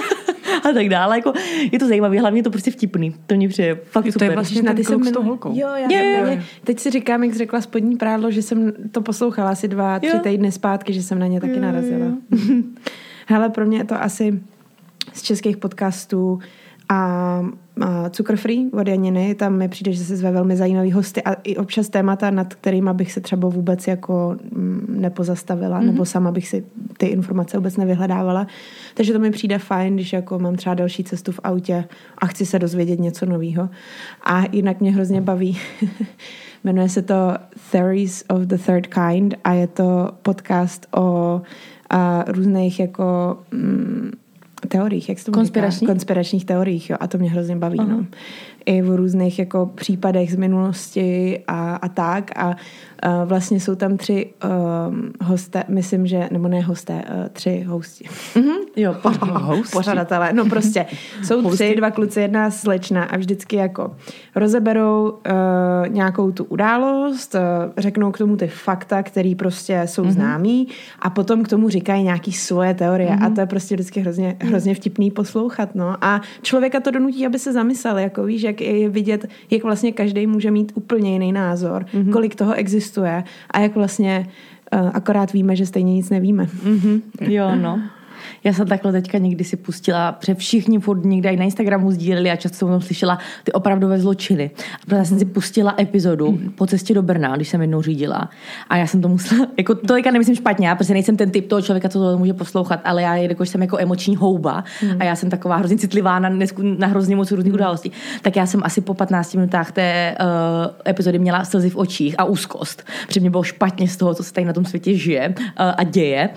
A tak dále. Jako, je to zajímavé, hlavně je to prostě vtipný. To mě přijde fakt super. To je vlastně ten kluk s tou holkou. Jo. Teď si říkám, jak jsi řekla Spodní prádlo, že jsem to poslouchala asi 2-3 týdny zpátky, že jsem na ně taky narazila. Hele, pro mě je to asi z českých podcastů a Cukr Free od Janiny, tam mi přijde, že se zve velmi zajímavý hosty a i občas témata, nad kterýma bych se třeba vůbec jako nepozastavila, nebo sama bych si ty informace vůbec nevyhledávala. Takže to mi přijde fajn, když jako mám třeba další cestu v autě a chci se dozvědět něco nového. A jinak mě hrozně baví. Jmenuje se to Theories of the Third Kind a je to podcast o různých jako teoriích, jak se to konspiračních teoriích, jo, a to mě hrozně baví, no. I v různých jako případech z minulosti a tak a vlastně jsou tam 3 hosté, myslím, že, nebo ne hosté, 3 hosti. Jo, pořadatelé. No prostě jsou 3, 2 kluci, 1 slečna a vždycky jako rozeberou nějakou tu událost, řeknou k tomu ty fakta, který prostě jsou známý a potom k tomu říkají nějaký svoje teorie a to je prostě vždycky hrozně vtipný poslouchat, no. A člověka to donutí, aby se zamyslel, jako víš, jak je vidět, jak vlastně každý může mít úplně jiný názor, kolik toho existuje a jak vlastně akorát víme, že stejně nic nevíme. Jo, no. Já jsem takhle teďka někdy si pustila, protože všichni furt někde i na Instagramu sdíleli a často jsem tam slyšela ty opravdové zločiny. A proto jsem si pustila epizodu po cestě do Brna, když jsem jednou řídila. A já jsem to musela, jako to teďka nemyslím špatně, já prostě nejsem ten typ toho člověka, co to může poslouchat, ale já jakož jsem jako emoční houba a já jsem taková hrozně citlivá na hrozně moc různých událostí. Tak já jsem asi po 15 minutách té epizody měla slzy v očích a úzkost. Protože mě bylo špatně z toho, co se tady na tom světě žije a děje.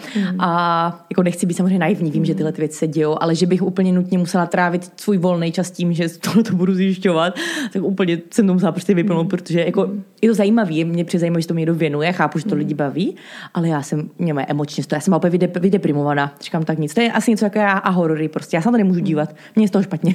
A jako nechci být samozřejmě naivní, vím, že tyhle ty věci se dějou, ale že bych úplně nutně musela trávit svůj volný čas tím, že tohle to budu zjišťovat, tak úplně jsem to musela prostě vypnout, protože jako je to zajímavý, mě přijde zajímavé, že to mě někdo věnuje, chápu, že to lidi baví, ale já jsem emočně já jsem opět vydeprimovaná, říkám tak nic, to je asi něco jako já a horory, prostě já se na to nemůžu dívat, mě je z toho špatně.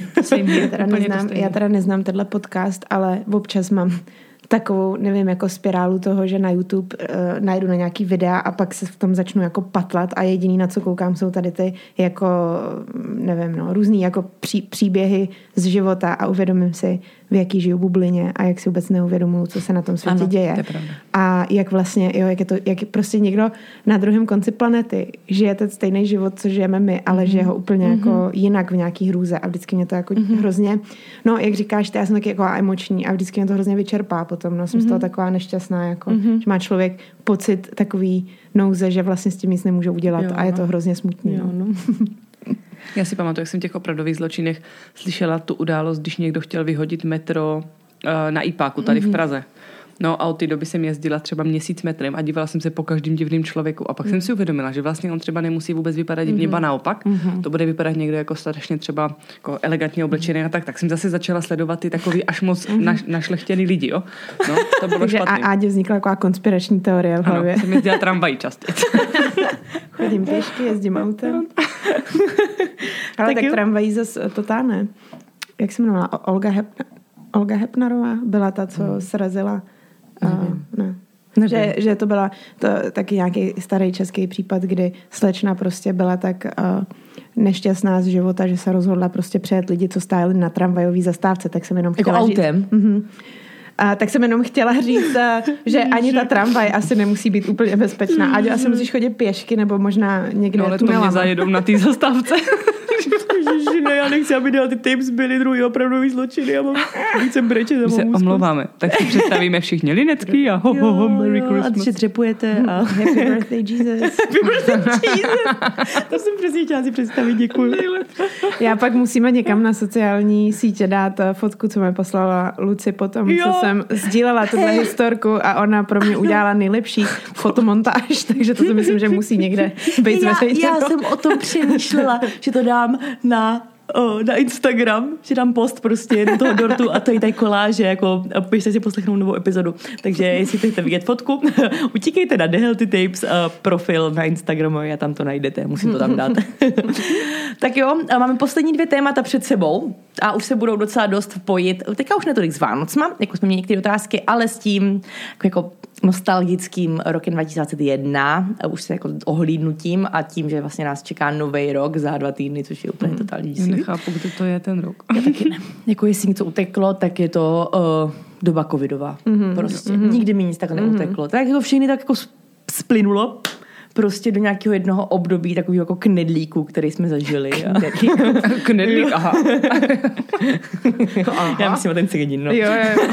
Já teda neznám tenhle podcast, ale občas mám takovou, nevím, jako spirálu toho, že na YouTube najdu na nějaký videa a pak se v tom začnu jako patlat a jediný, na co koukám, jsou tady ty jako, nevím, no, různý jako příběhy z života a uvědomím si, v jaký žiju bublině a jak si vůbec neuvědomuju, co se na tom světě děje. A jak vlastně, jo, jak prostě někdo na druhém konci planety žije ten stejný život, co žijeme my, ale žije ho úplně jako jinak v nějaký hrůze a vždycky mě to jako hrozně, no, jak říkáš, já jsem taky jako emoční a vždycky mě to hrozně vyčerpá potom, no, jsem z toho taková nešťastná, jako, že má člověk pocit takový nouze, že vlastně s tím nic nemůže udělat a je to hrozně smutný. Jo, no. Já si pamatuju, jak jsem v těch opravdových zločinech slyšela tu událost, když někdo chtěl vyhodit metro na Ipáku tady v Praze. No a od té doby jsem jezdila třeba měsíc metrem a dívala jsem se po každém divným člověku. A pak jsem si uvědomila, že vlastně on třeba nemusí vůbec vypadat divně, ba naopak. To bude vypadat někdo jako strašně třeba jako elegantně oblečený a tak jsem zase začala sledovat ty takový až moc našlechtěný lidi, jo. No, to bylo špatný. A Ádě vznikla taková konspirační teorie v hlavě. Ano, jsem jezdila tramvají častěji. Chodím pěšky, jezdím autem. Ale tak tramvají zase to táhne. Jak se jmenovala? Olga Hepnarová byla ta, co srazila. Ne. Že to byla taky nějaký starý český případ, kdy slečna prostě byla tak nešťastná z života, že se rozhodla prostě přejet lidi, co stáli na tramvajové zastávce, tak jsem jenom chtěla jako autem? A tak jsem jenom chtěla říct, že ani ta tramvaj asi nemusí být úplně bezpečná. Ať asi musíš chodit pěšky, nebo možná někde tunelama. Ale to mě zajedou na té zastávce. Ježiši, ne, já nechci, aby ty tapes byly druhý opravdový zločiny. Já mám více breče za mou úzkost. Omlouváme. Tak si představíme všichni linecky a Merry Christmas. A třepujete a Happy birthday Jesus. Happy birthday Jesus. To jsem přesně chtěla si představit, děkuji. Já pak musíme někam na sociální sítě dát fotku, co mi poslala Luci potom, co jsem sdílela tuhle historku a ona pro mě udělala nejlepší fotomontáž, takže to si myslím, že musí někde být zveřejněno. Já jsem o tom přemýšlela, že to dám na Instagram, že dám post prostě do toho dortu a to je tady koláže, jako běžte si poslechnout novou epizodu. Takže jestli chcete vidět fotku, utíkejte na The Healthy Tapes profil na Instagramu, já tam to najdete, musím to tam dát. Tak jo, máme poslední 2 témata před sebou a už se budou docela dost pojit. Teďka už netolik s Vánocma, jako jsme měli některé otázky, ale s tím jako nostalgickým rokem 2021, už se jako ohlídnutím a tím, že vlastně nás čeká nový rok za 2 týdny, což je úplně totální Já nechápu, kdy to je ten rok. Já taky ne. Jako jestli něco uteklo, tak je to doba covidová. Prostě. Nikdy mi nic tak neuteklo. Tak jako všechny tak jako splynulo prostě do nějakého jednoho období takového jako knedlíku, který jsme zažili. Knedlík, aha. Já myslím o ten cigadin, no. Jo.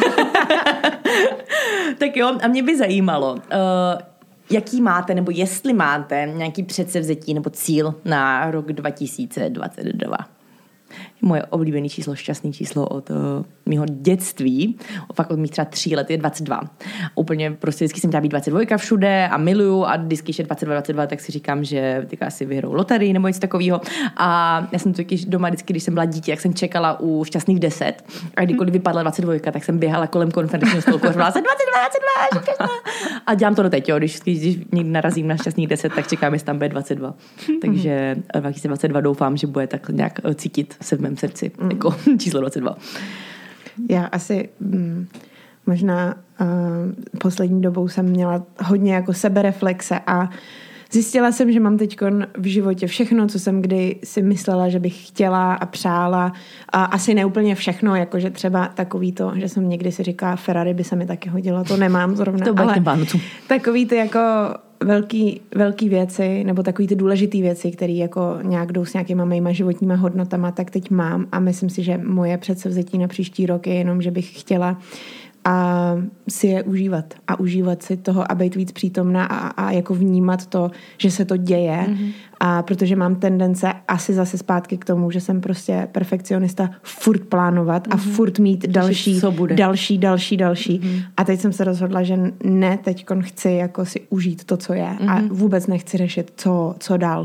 Tak jo, a mě by zajímalo, jaký máte, nebo jestli máte nějaký předsevzetí nebo cíl na rok 2022. Moje oblíbené číslo, šťastné číslo od mého dětství, fakt od mých třeba 3 let je 22. Úplně prostě vždycky jsem chtěla být 22 všude a miluju a vždycky je 22, tak si říkám, že teďka asi vyhrou loterii nebo něco takového. A já jsem taky doma vždycky, když jsem byla dítě, jak jsem čekala u šťastných 10 a kdykoliv vypadla 22, tak jsem běhala kolem konferenčního stolku a říkala 22, a dělám to doteď, jo. Když někdy narazím na šťastných 10, tak čekám, jestli tam bude 22. Takže 2022 doufám, že bude tak nějak cítit se v mém srdci, jako číslo 22. Já asi možná poslední dobou jsem měla hodně jako sebereflexe a zjistila jsem, že mám teďkon v životě všechno, co jsem kdy si myslela, že bych chtěla a přála. A asi neúplně všechno, jakože třeba takový to, že jsem někdy si říkala, Ferrari by se mi taky hodilo, to nemám zrovna. To ale takový ty jako velký věci, nebo takový ty důležitý věci, které jako nějak jdou s nějakýma mýma životníma hodnotama, tak teď mám a myslím si, že moje předsevzetí na příští rok je jenom, že bych chtěla a si je užívat a užívat si toho a být víc přítomná a jako vnímat to, že se to děje a protože mám tendence asi zase zpátky k tomu, že jsem prostě perfekcionista furt plánovat a furt mít další a teď jsem se rozhodla, že ne, teďkon chci jako si užít to, co je a vůbec nechci řešit, co dál.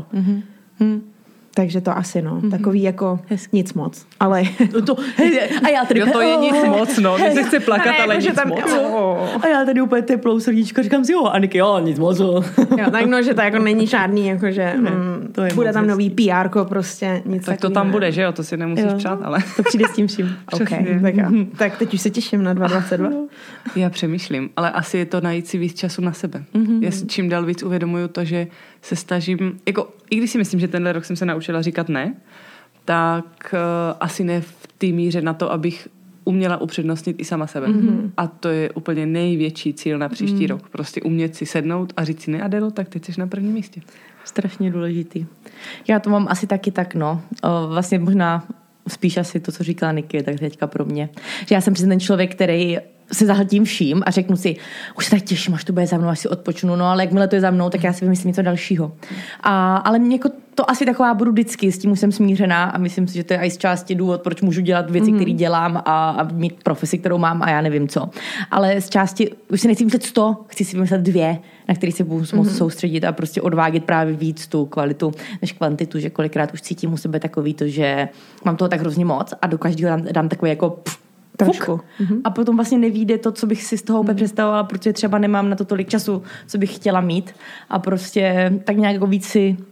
Takže to asi, takový jako nic moc. Ale a já tady, to je nic moc, když se chce plakat, ale nic moc. A já tady úplně teplou srdíčko říkám si, Aniky, nic moc. Jo, tak že to jako není žádný, jakože bude tam nový PR-ko, prostě nic tak to tam bude, že jo, to si nemusíš přát, ale to přijde s tím vším. Okay, tak teď už se těším na 2022. Já přemýšlím, ale asi je to najít si víc času na sebe. Já si čím dál víc uvědomuju to, že se snažím, jako i když si myslím, že tenhle rok jsem se naučila říkat ne, tak asi ne v té míře na to, abych uměla upřednostnit i sama sebe. A to je úplně největší cíl na příští rok. Prostě umět si sednout a říct si ne, Adelo, tak teď jsi na prvním místě. Strašně důležitý. Já to mám asi taky tak, vlastně možná spíš asi to, co říkala Niky, tak teďka pro mě. Že já jsem přesně ten člověk, který se zahltím vším a řeknu si, už se tak těším, až to bude za mnou, až si odpočnu, ale jakmile to je za mnou, tak já si vymyslím něco dalšího. Ale jako to asi taková budu vždycky, s tím už jsem smířená a myslím si, že to je i z části důvod, proč můžu dělat věci, které dělám a mít profesi, kterou mám a já nevím co. Ale z části už si nechci myslet 100, chci si vymyslet 2, na který se budu moc soustředit a prostě odvádět právě víc tu kvalitu než kvantitu, že kolikrát už cítím u sebe takový to, že mám toho tak hrozně moc a do každého dám takový jako trošku. A potom vlastně nevíde to, co bych si z toho úplně představovala, protože třeba nemám na to tolik času, co bych chtěla mít a prostě tak nějak jako víc si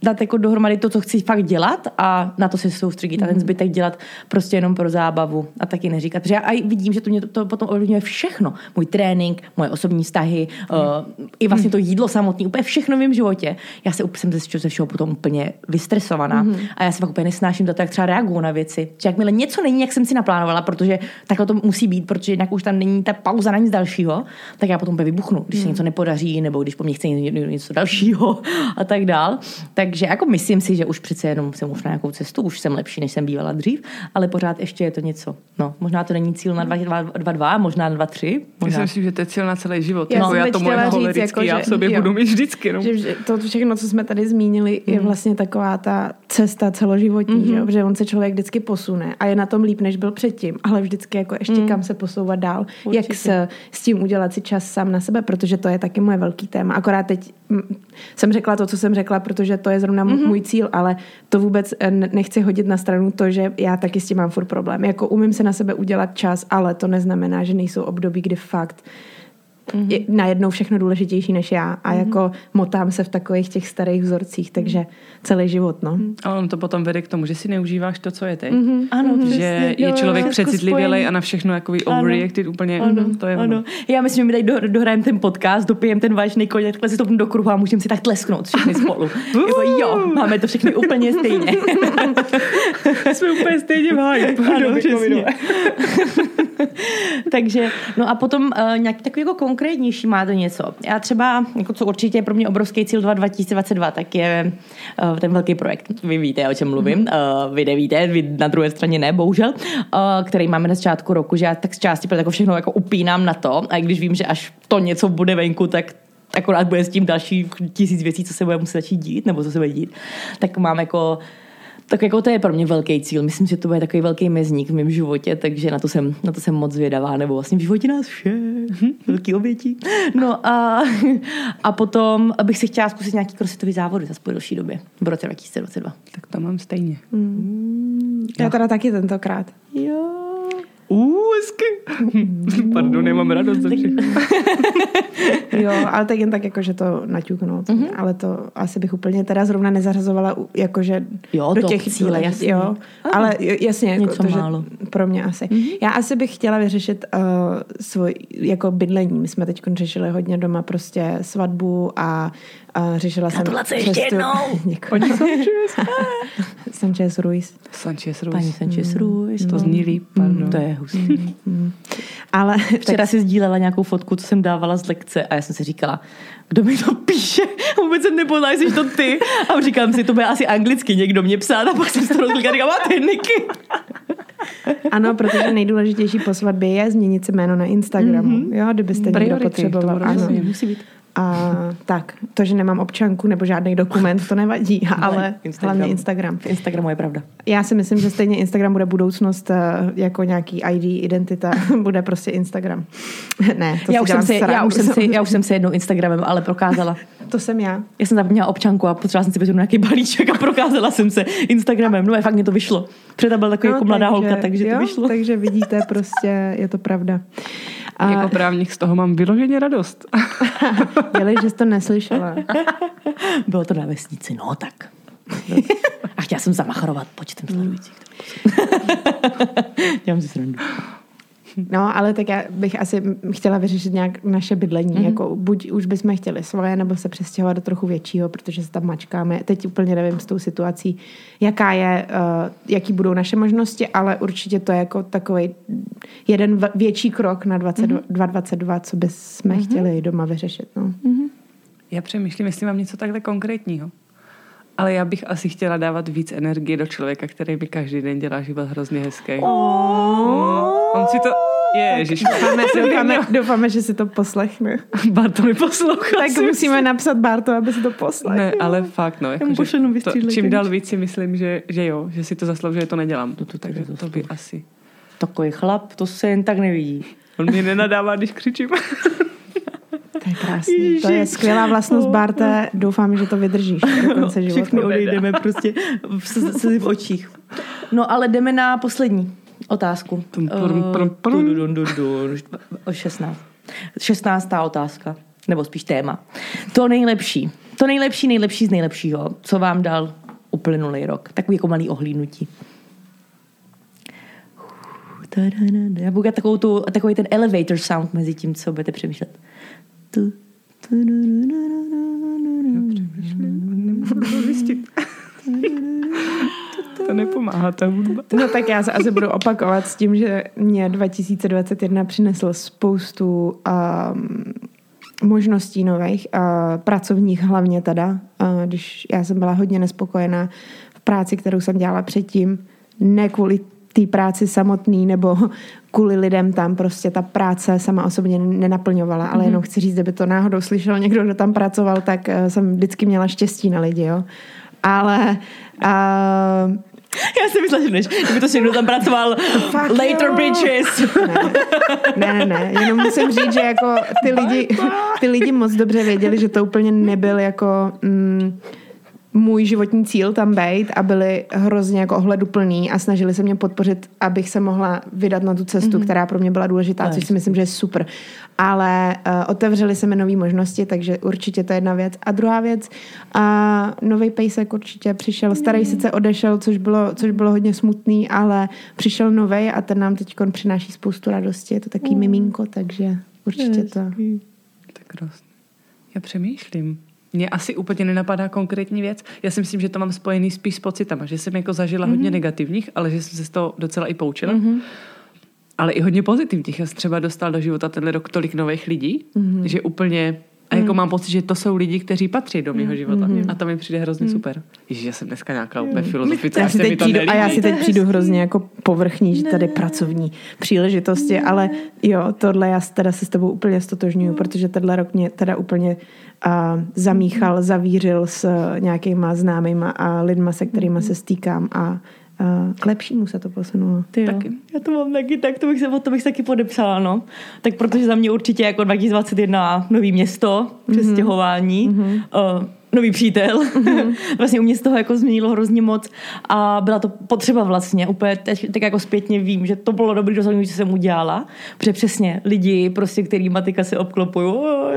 dát jako dohromady to, co chci fakt dělat a na to se soustředit a ten zbytek dělat prostě jenom pro zábavu a taky neříkat. Protože já vidím, že to mě to potom ovlivňuje všechno. Můj trénink, moje osobní vztahy, i vlastně to jídlo samotné, úplně všechno v mém životě. Já jsem ze všeho potom úplně vystresovaná a já se fakt úplně nesnáším za to, jak třeba reaguju na věci. Že jakmile něco není, jak jsem si naplánovala, protože takhle to musí být, protože jinak už tam není ta pauza na nic dalšího, tak já potom úplně vybuchnu, když se něco nepodaří, nebo když po mně chce něco dalšího a tak dál. Takže jako myslím si, že už přece jenom jsem už na nějakou cestu, už jsem lepší, než jsem bývala dřív, ale pořád ještě je to něco. No, možná to není cíl na 2,2, možná na 2,3. Já si myslím, že to je cíl na celý život. Já to moje cholerický, já v sobě budu mít vždycky. No. Že to všechno, co jsme tady zmínili, je vlastně taková ta cesta celoživotní, že on se člověk vždycky posune a je na tom líp, než byl předtím, ale vždycky jako ještě kam se posouvat dál. Určitě. Jak s tím udělat si čas sám na sebe, protože to je taky moje velký téma. Akorát teď jsem řekla to, co jsem řekla, protože to je zrovna můj cíl, ale to vůbec nechci hodit na stranu to, že já taky s tím mám furt problém. Jako umím se na sebe udělat čas, ale to neznamená, že nejsou období, kdy fakt je najednou všechno důležitější než já a jako motám se v takových těch starých vzorcích, takže celý život, no. A on to potom vede k tomu, že si neužíváš to, co je teď. Ano, že je člověk přecitlivělej a na všechno jakoby overreacted úplně. To je ono. Já myslím, že my tady dohrajeme ten podcast, dopijeme ten vážný koněk, takhle si to do kruhu a můžeme si tak tlesknout všichni spolu. Jako jo, máme to všechny úplně stejně. Jsme úplně stejně v háji. Ano, přesně. Takže, no a potom nějaký takový jako konkrétnější máte něco. Já třeba, jako co určitě je pro mě obrovský cíl 2022, tak je ten velký projekt. Vy víte, o čem mluvím. Vy nevíte, vy na druhé straně ne, bohužel, který máme na začátku roku, že já tak z části jako všechno jako upínám na to a když vím, že až to něco bude venku, tak akorát bude s tím další 1000 věcí, co se bude muset začít dít, nebo co se bude dít. Tak mám jako tak jako to je pro mě velký cíl. Myslím, že to bude takový velký mezník v mém životě, takže na to jsem moc zvědavá, nebo vlastně v životě nás všech. Velký obětí. No a potom bych si chtěla zkusit nějaký crossfitový závody zase po delší době. V roce 2022. Tak to mám stejně. Já teda taky tentokrát. Jo. Hezky. Pardon, nemám radost za všechno. Jo, ale tak jen tak jako, že to naťuknout. Ale to asi bych úplně teda zrovna nezařazovala jakože jo, do těch cíle, jasně. Jo, ale jasně, jako něco to, že málo. Pro mě asi. Já asi bych chtěla vyřešit svůj jako bydlení. My jsme teď řešili hodně doma prostě svatbu a řešila jsem cestu. Ještě jednou. Sanchez Ruiz. Paní Sanchez Ruiz. To zní líp, pardon. To je hustý. Ale včera si sdílela nějakou fotku, co jsem dávala z lekce a já jsem si říkala, kdo mi to píše? Vůbec jsem nepoznala, jsi to ty. A říkám si, to bude asi anglicky někdo mě psát a pak jsem se to rozklikala a říkám, máte Niky. Ano, protože nejdůležitější po svatbě je změnit si jméno na Instagramu. Jo, kdybyste někdo potřeboval. Ano, musí být. A tak, to, že nemám občanku nebo žádný dokument, to nevadí, ale hlavně Instagram. V Instagramu je pravda. Já si myslím, že stejně Instagram bude budoucnost jako nějaký ID, identita, bude prostě Instagram. Ne, to já už jsem se jednou Instagramem, ale prokázala. To jsem já. Já jsem zapomněla občanku a potřebovala jsem si vyzvednout nějaký balíček a prokázala jsem se Instagramem. No a fakt mě to vyšlo. Předa byla takový jako mladá holka, takže to vyšlo. Takže vidíte, prostě je to pravda. Jako právník z toho mám vyloženě radost. Dělej, že jsi to neslyšela. Bylo to na vesnici, no tak. A chtěla jsem zamachrovat počtem sledujících. Dělám si srandu. No, ale tak já bych asi chtěla vyřešit nějak naše bydlení. Jako buď už bychom chtěli svoje, nebo se přestěhovat do trochu většího, protože se tam mačkáme. Teď úplně nevím s tou situací, jaká je, jaký budou naše možnosti, ale určitě to je jako takový jeden větší krok na 2022, co bychom chtěli doma vyřešit. No. Já přemýšlím, jestli mám něco takhle konkrétního. Ale já bych asi chtěla dávat víc energie do člověka, který mi každý den dělá život hrozně hezký. On si to... Ježiš. Doufáme, že si to poslechne. Barto mi poslouchá. Tak musíme napsat Barto, aby si to poslechl. Ne, ale fakt, no. Jako, čím dál víc si myslím, že jo, že si to zaslouží, to nedělám. Takže to by asi... Takový chlap, to se jen tak nevidí. On mě nenadává, když křičím. To je krásný. To je skvělá vlastnost, Barte. Doufám, že to vydržíš do konce života. Všichni odejdeme prostě v očích. No ale jdeme na poslední otázku. 16. 16. otázka. Nebo spíš téma. To to nejlepší z nejlepšího, co vám dal uplynulý rok. Takový jako malý ohlídnutí. Já budu takový ten elevator sound mezi tím, co budete přemýšlet. To nepomáhá ta hudba. No tak já se asi budu opakovat s tím, že mě 2021 přinesl spoustu možností nových, pracovních hlavně teda, když já jsem byla hodně nespokojená v práci, kterou jsem dělala předtím, ne kvůli té práci samotný nebo kvůli lidem tam, prostě ta práce sama osobně nenaplňovala, ale jenom chci říct, kdyby to náhodou slyšel někdo, kdo tam pracoval, tak jsem vždycky měla štěstí na lidi, jo. Ale já si myslím, že kdyby to si někdo tam pracoval later bitches. Ne, jenom musím říct, že jako ty lidi moc dobře věděli, že to úplně nebyl jako můj životní cíl tam být a byli hrozně jako ohleduplný a snažili se mě podpořit, abych se mohla vydat na tu cestu, která pro mě byla důležitá, což si myslím, že je super. Ale otevřeli se mi nové možnosti, takže určitě to je jedna věc. A druhá věc, nový pejsek určitě přišel. Starý sice odešel, což bylo hodně smutný, ale přišel novej a ten nám teď přináší spoustu radosti. Je to taky miminko, takže určitě to. Tak krásně. Já přemýšlím. Mně asi úplně nenapadá konkrétní věc. Já si myslím, že to mám spojený spíš s pocitama, že jsem jako zažila hodně negativních, ale že jsem se z toho docela i poučila. Ale i hodně pozitivních. Já jsem třeba dostal do života tenhle rok tolik nových lidí, že úplně... A jako mám pocit, že to jsou lidi, kteří patří do mého života. A to mi přijde hrozně super. Ježiš, já jsem dneska nějaká úplně filozofická, se mi to nelíbí. A já si teď přijdu hrozně jako povrchní, že tady pracovní příležitosti, ale jo, tohle já teda se s tebou úplně stotožňuju, protože tenhle rok mě teda úplně zamíchal, zavířil s nějakýma známýma a lidma, se kterýma se stýkám a k lepšímu se to posunulo. Taky. Já to mám taky tak, to bych se taky podepsala, no. Tak protože za mě určitě jako 2021 nový město, přestěhování, nový přítel. Vlastně u mě z toho jako změnilo hrozně moc a byla to potřeba vlastně. Úplně tak jako zpětně vím, že to bylo dobrý rozhodnutí, co jsem udělala. Protože přesně lidi, prostě, který matika se obklopují.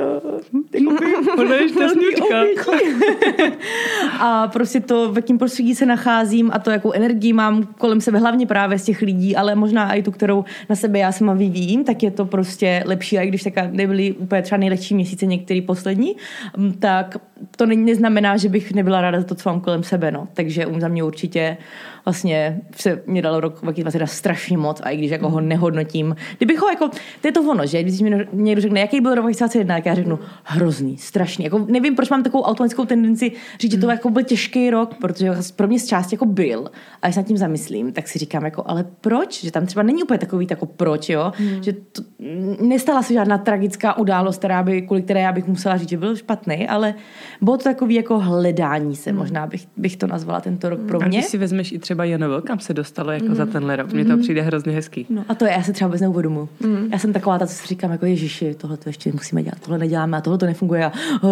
A prostě to, v jakým prostředí se nacházím a to, jakou energii mám kolem sebe, hlavně právě z těch lidí, ale možná i tu, kterou na sebe já sama vyvíjím, tak je to prostě lepší. A i když taká nebyly úplně třeba nejlepší měsíce, některý poslední, tak to neznamená, že bych nebyla ráda za to, co mám kolem sebe, no. Takže za mě určitě vlastně se mě dalo rok 2020 strašně moc a i když jako ho nehodnotím, kdybych ho jako, to je to ono, že když mi někdo řekne, jaký byl rok 2021, tak já řeknu hrozný, strašný. Jako nevím, proč mám takovou automatickou tendenci říct, že to jako byl těžký rok, protože pro mě z části jako byl. A když se nad tím zamyslím, tak si říkám jako, ale proč? Že tam třeba není úplně takový jako proč, jo? Že to, nestala se žádná tragická událost, kvůli které já bych musela říct, že byl špatný, ale bylo to takový jako hledání se, možná bych to nazvala tento rok pro mě. A když si vezmeš i třeba JNV, kam se dostalo jako za tenhle rok, mně to přijde hrozně hezký. No a to je, já se třeba vůbec neuvědomuji. Já jsem taková ta, co si říkám, jako ježiši, tohle to ještě musíme dělat, tohle neděláme a tohle to nefunguje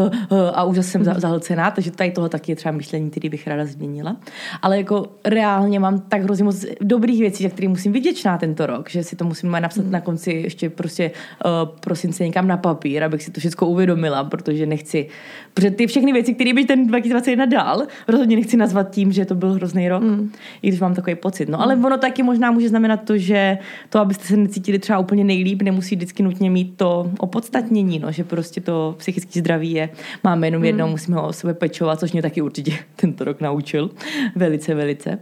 a už jsem zahlcená, takže tady tohle taky je třeba myšlení, který bych ráda změnila. Ale jako reálně mám tak hrozně moc dobrých věcí, za které musím vděčná tento rok, že si to musím napsat na konci ještě prostě prosince někam na papír, abych si to všechno uvědomila, protože nechci, protože ty všechny věci, které by ten 2021 dal, rozhodně nechci nazvat tím, že to byl hrozný rok, i když mám takový pocit. No, ale ono taky možná může znamenat to, že to, abyste se necítili třeba úplně nejlíp, nemusí vždycky nutně mít to opodstatnění, no, že prostě to psychické zdraví máme jenom jednou, musíme ho o sebe pečovat, což mě taky určitě tento rok naučil. Velice, velice.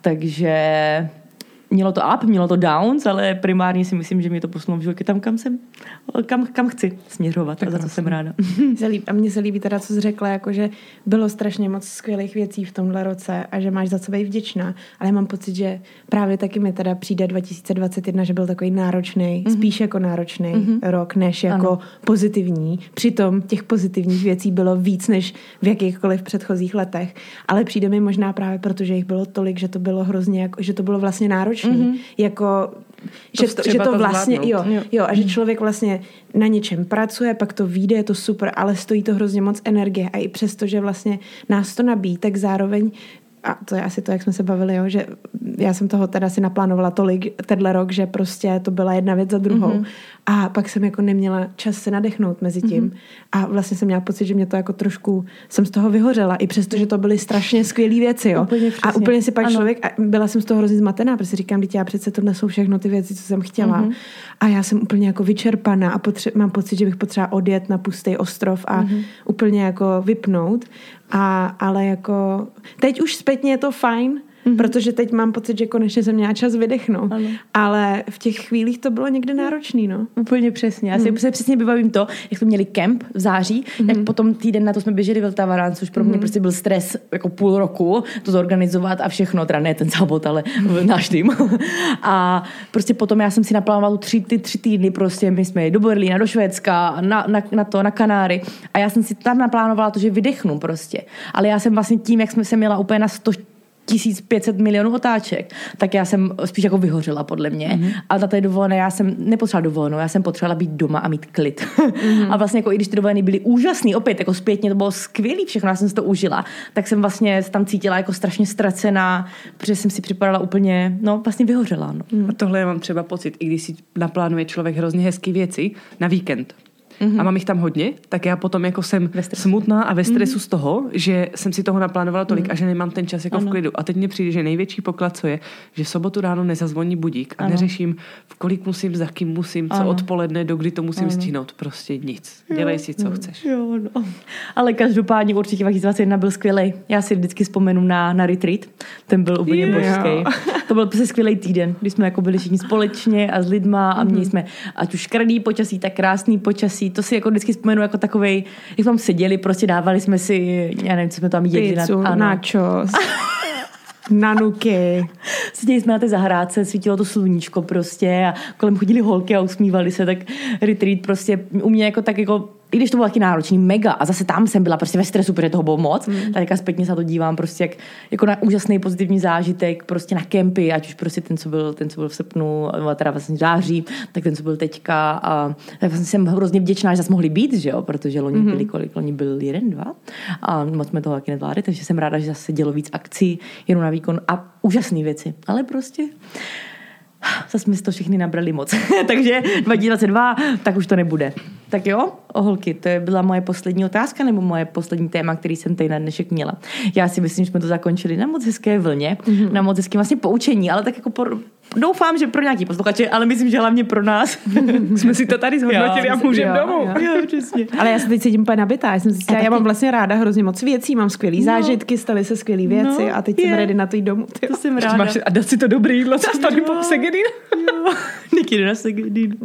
Takže mělo to up, mělo to downs, ale primárně si myslím, že mě to posunulo v životě tam, kam chci směřovat a za to jsem ráda. A mně se líbí teda, co jsi řekla, jako že bylo strašně moc skvělých věcí v tomhle roce a že máš za sebe i vděčná, ale mám pocit, že právě taky mi teda přijde 2021, že byl takový náročný, spíš jako náročný rok, než jako pozitivní. Přitom těch pozitivních věcí bylo víc, než v jakýchkoliv předchozích letech, ale přijde mi možná právě proto, že jich bylo tolik, že to bylo hrozně, jako, že to bylo vlastně náročné. Jako, že to vlastně, jo, a že člověk vlastně na něčem pracuje, pak to vyjde, je to super, ale stojí to hrozně moc energie a i přesto, že vlastně nás to nabíjí, tak zároveň, a to je asi to, jak jsme se bavili, jo, že já jsem toho teda si naplánovala tolik tenhle rok, že prostě to byla jedna věc za druhou. A pak jsem jako neměla čas se nadechnout mezi tím. A vlastně jsem měla pocit, že mě to jako trošku, jsem z toho vyhořela, i přesto, že to byly strašně skvělé věci, jo. A úplně si pak člověk, a byla jsem z toho hrozně zmatená, protože říkám, dítě, já přece tohle jsou všechno ty věci, co jsem chtěla. A já jsem úplně jako vyčerpaná a mám pocit, že bych potřeba odjet na pustý ostrov a úplně jako vypnout. Ale jako teď už zpětně je to fajn, protože teď mám pocit, že konečně jsem měla čas vydechnout. Ano. Ale v těch chvílích to bylo někde náročný, no. Úplně přesně. Já si přesně vybavím to, jak jsme měli kemp v září, jak potom týden na to jsme běželi v Vltavaran, což pro mě prostě byl stres jako půl roku to zorganizovat a všechno, teda ne ten zábot, ale náš tým. A prostě potom já jsem si naplánovala ty 3 týdny prostě, my jsme jeli do Berlína, do Švédska, na Kanáry a já jsem si tam naplánovala to, že vydechnu prostě. Ale já jsem vlastně tím, jak jsme se měla úplně na 1500 milionů otáček, tak já jsem spíš jako vyhořela podle mě. A za té dovolené já jsem nepotřebovala dovolenou, já jsem potřebovala být doma a mít klid. A vlastně jako i když ty dovolené byly úžasný, opět jako zpětně to bylo skvělý, všechno, já jsem si to užila, tak jsem vlastně tam cítila jako strašně ztracená, protože jsem si připadala úplně, vlastně vyhořela. No. A tohle já mám třeba pocit, i když si naplánuje člověk hrozně hezký věci na víkend. A mám jich tam hodně, tak já potom jako jsem smutná a ve stresu z toho, že jsem si toho naplánovala tolik a že nemám ten čas jako v klidu. A teď mně přijde, že největší poklad, co je, že v sobotu ráno nezazvoní budík a neřeším, v kolik musím, za kým musím, co odpoledne, dokdy to musím stihnout. Prostě nic. Dělej si, co chceš. Jo, no. Ale každopádně určitě 2021 byl skvělý. Já si vždycky vzpomenu na retreat. Ten byl úplně božský. To byl prostě skvělý týden, kdy jsme jako byli všichni společně a s lidma a měli jsme ať už škaredý počasí, tak krásný počasí. To si jako vždycky vzpomenu jako takovej, jak tam seděli, prostě dávali jsme si, já nevím, co jsme tam jedli. Pizzu, nachos, nanuky. Seděli jsme na té zahrádce, svítilo to sluníčko prostě a kolem chodili holky a usmívali se, tak retreat prostě u mě jako tak jako, i když to bylo taky náročný, mega, a zase tam jsem byla prostě ve stresu, protože toho bylo moc, tak zpětně se na to dívám prostě jako na úžasný pozitivní zážitek prostě na kempy, ať už prostě ten, co byl v srpnu, teda vlastně září, tak ten, co byl teďka a tak vlastně jsem hrozně vděčná, že zase mohli být, že jo, protože loni byli kolik, loni byl 1, 2 a moc jsme toho taky nedvládli, takže jsem ráda, že zase dělo víc akcí, jenu na výkon a úžasné věci, ale prostě zase jsme si to všichni nabrali moc. Takže 2022, tak už to nebude. Tak jo, holky, to byla moje poslední otázka, nebo moje poslední téma, který jsem tady na dnešek měla. Já si myslím, že jsme to zakončili na moc hezké vlně, na moc hezkém vlastně poučení, ale tak jako doufám, že pro nějaký posluchače, ale myslím, že hlavně pro nás. Jsme si to tady zhodnotili a můžeme domů. Jo, přesně. Ale já se teď cítím úplně nabitá. Já mám vlastně ráda hrozně moc věcí, mám skvělý zážitky, staly se skvělý věci a teď jsem ready na to jít domů. To jsem ráda. A dát si to dobrý jídlo, co tady po Segedin? Niky jde na Segedin.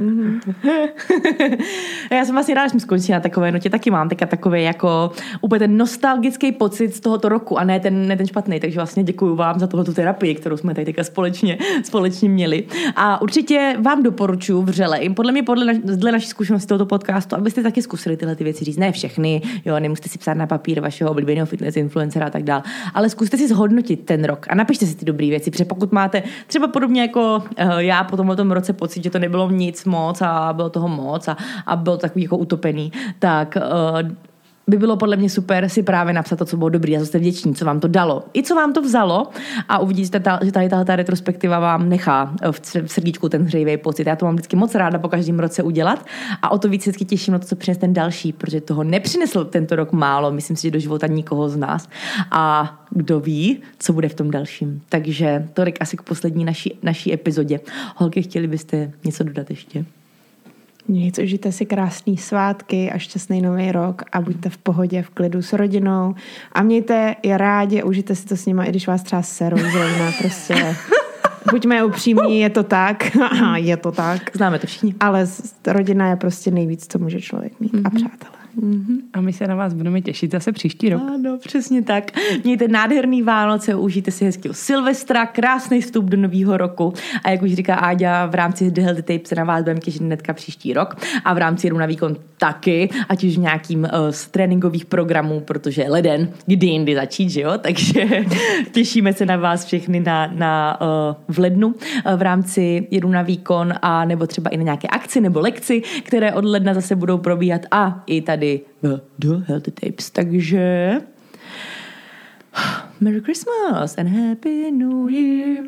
Já jsem vlastně ráda, že jsme skončili na takové notě, taky mám takový jako úplně ten nostalgický pocit z tohoto roku a ne ten špatný, takže vlastně děkuju vám za tohoto terapii, kterou jsme tady teďka společně měli. A určitě vám doporučuji vřele, podle naší zkušenosti tohoto podcastu, abyste taky zkusili tyhle ty věci říct. Ne všechny, jo, nemusíte si psát na papír vašeho oblíbeného fitness influencera a tak dál, ale zkuste si zhodnotit ten rok a napište si ty dobré věci, protože pokud máte třeba podobně jako já po tomto roce pocit, že to nebylo nic moc a bylo toho moc a byl takový jako utopený, tak by bylo podle mě super si právě napsat to, co bylo dobrý a co jste vděční, co vám to dalo. I co vám to vzalo a uvidíte, že tady ta retrospektiva vám nechá v srdíčku ten hřejivý pocit. Já to mám vždycky moc ráda po každém roce udělat a o to víc vždycky těším na to, co přinese ten další, protože toho nepřinesl tento rok málo, myslím si, že do života nikoho z nás. A kdo ví, co bude v tom dalším. Takže tolik asi k poslední naší epizodě. Holky, chtěli byste něco dodat ještě? Nic, užijte si krásný svátky a šťastný nový rok a buďte v pohodě, v klidu s rodinou a mějte je rádi, užijte si to s nima, i když vás třeba serou zrovna, prostě buďme upřímní, je to tak, je to tak. Známe to všichni. Ale rodina je prostě nejvíc, co může člověk mít a přátelé. A my se na vás budeme těšit zase příští rok. Ano, přesně tak. Mějte nádherný Vánoce, užijte si hezkého Silvestra, krásný vstup do nového roku a jak už říká Áďa, v rámci The Healthy Tape se na vás budeme těšit hnedka příští rok a v rámci Jenu na výkon taky, ať už nějakým z tréninkových programů, protože leden, kdy jindy začít, že jo? Takže těšíme se na vás všechny v lednu v rámci Jenu na výkon a nebo třeba i na nějaké akci nebo lekci, které od ledna zase budou probíhat a i tady v The Healthy Tapes. Takže Merry Christmas and Happy New Year.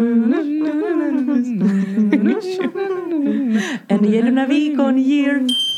And jedu na výkon year.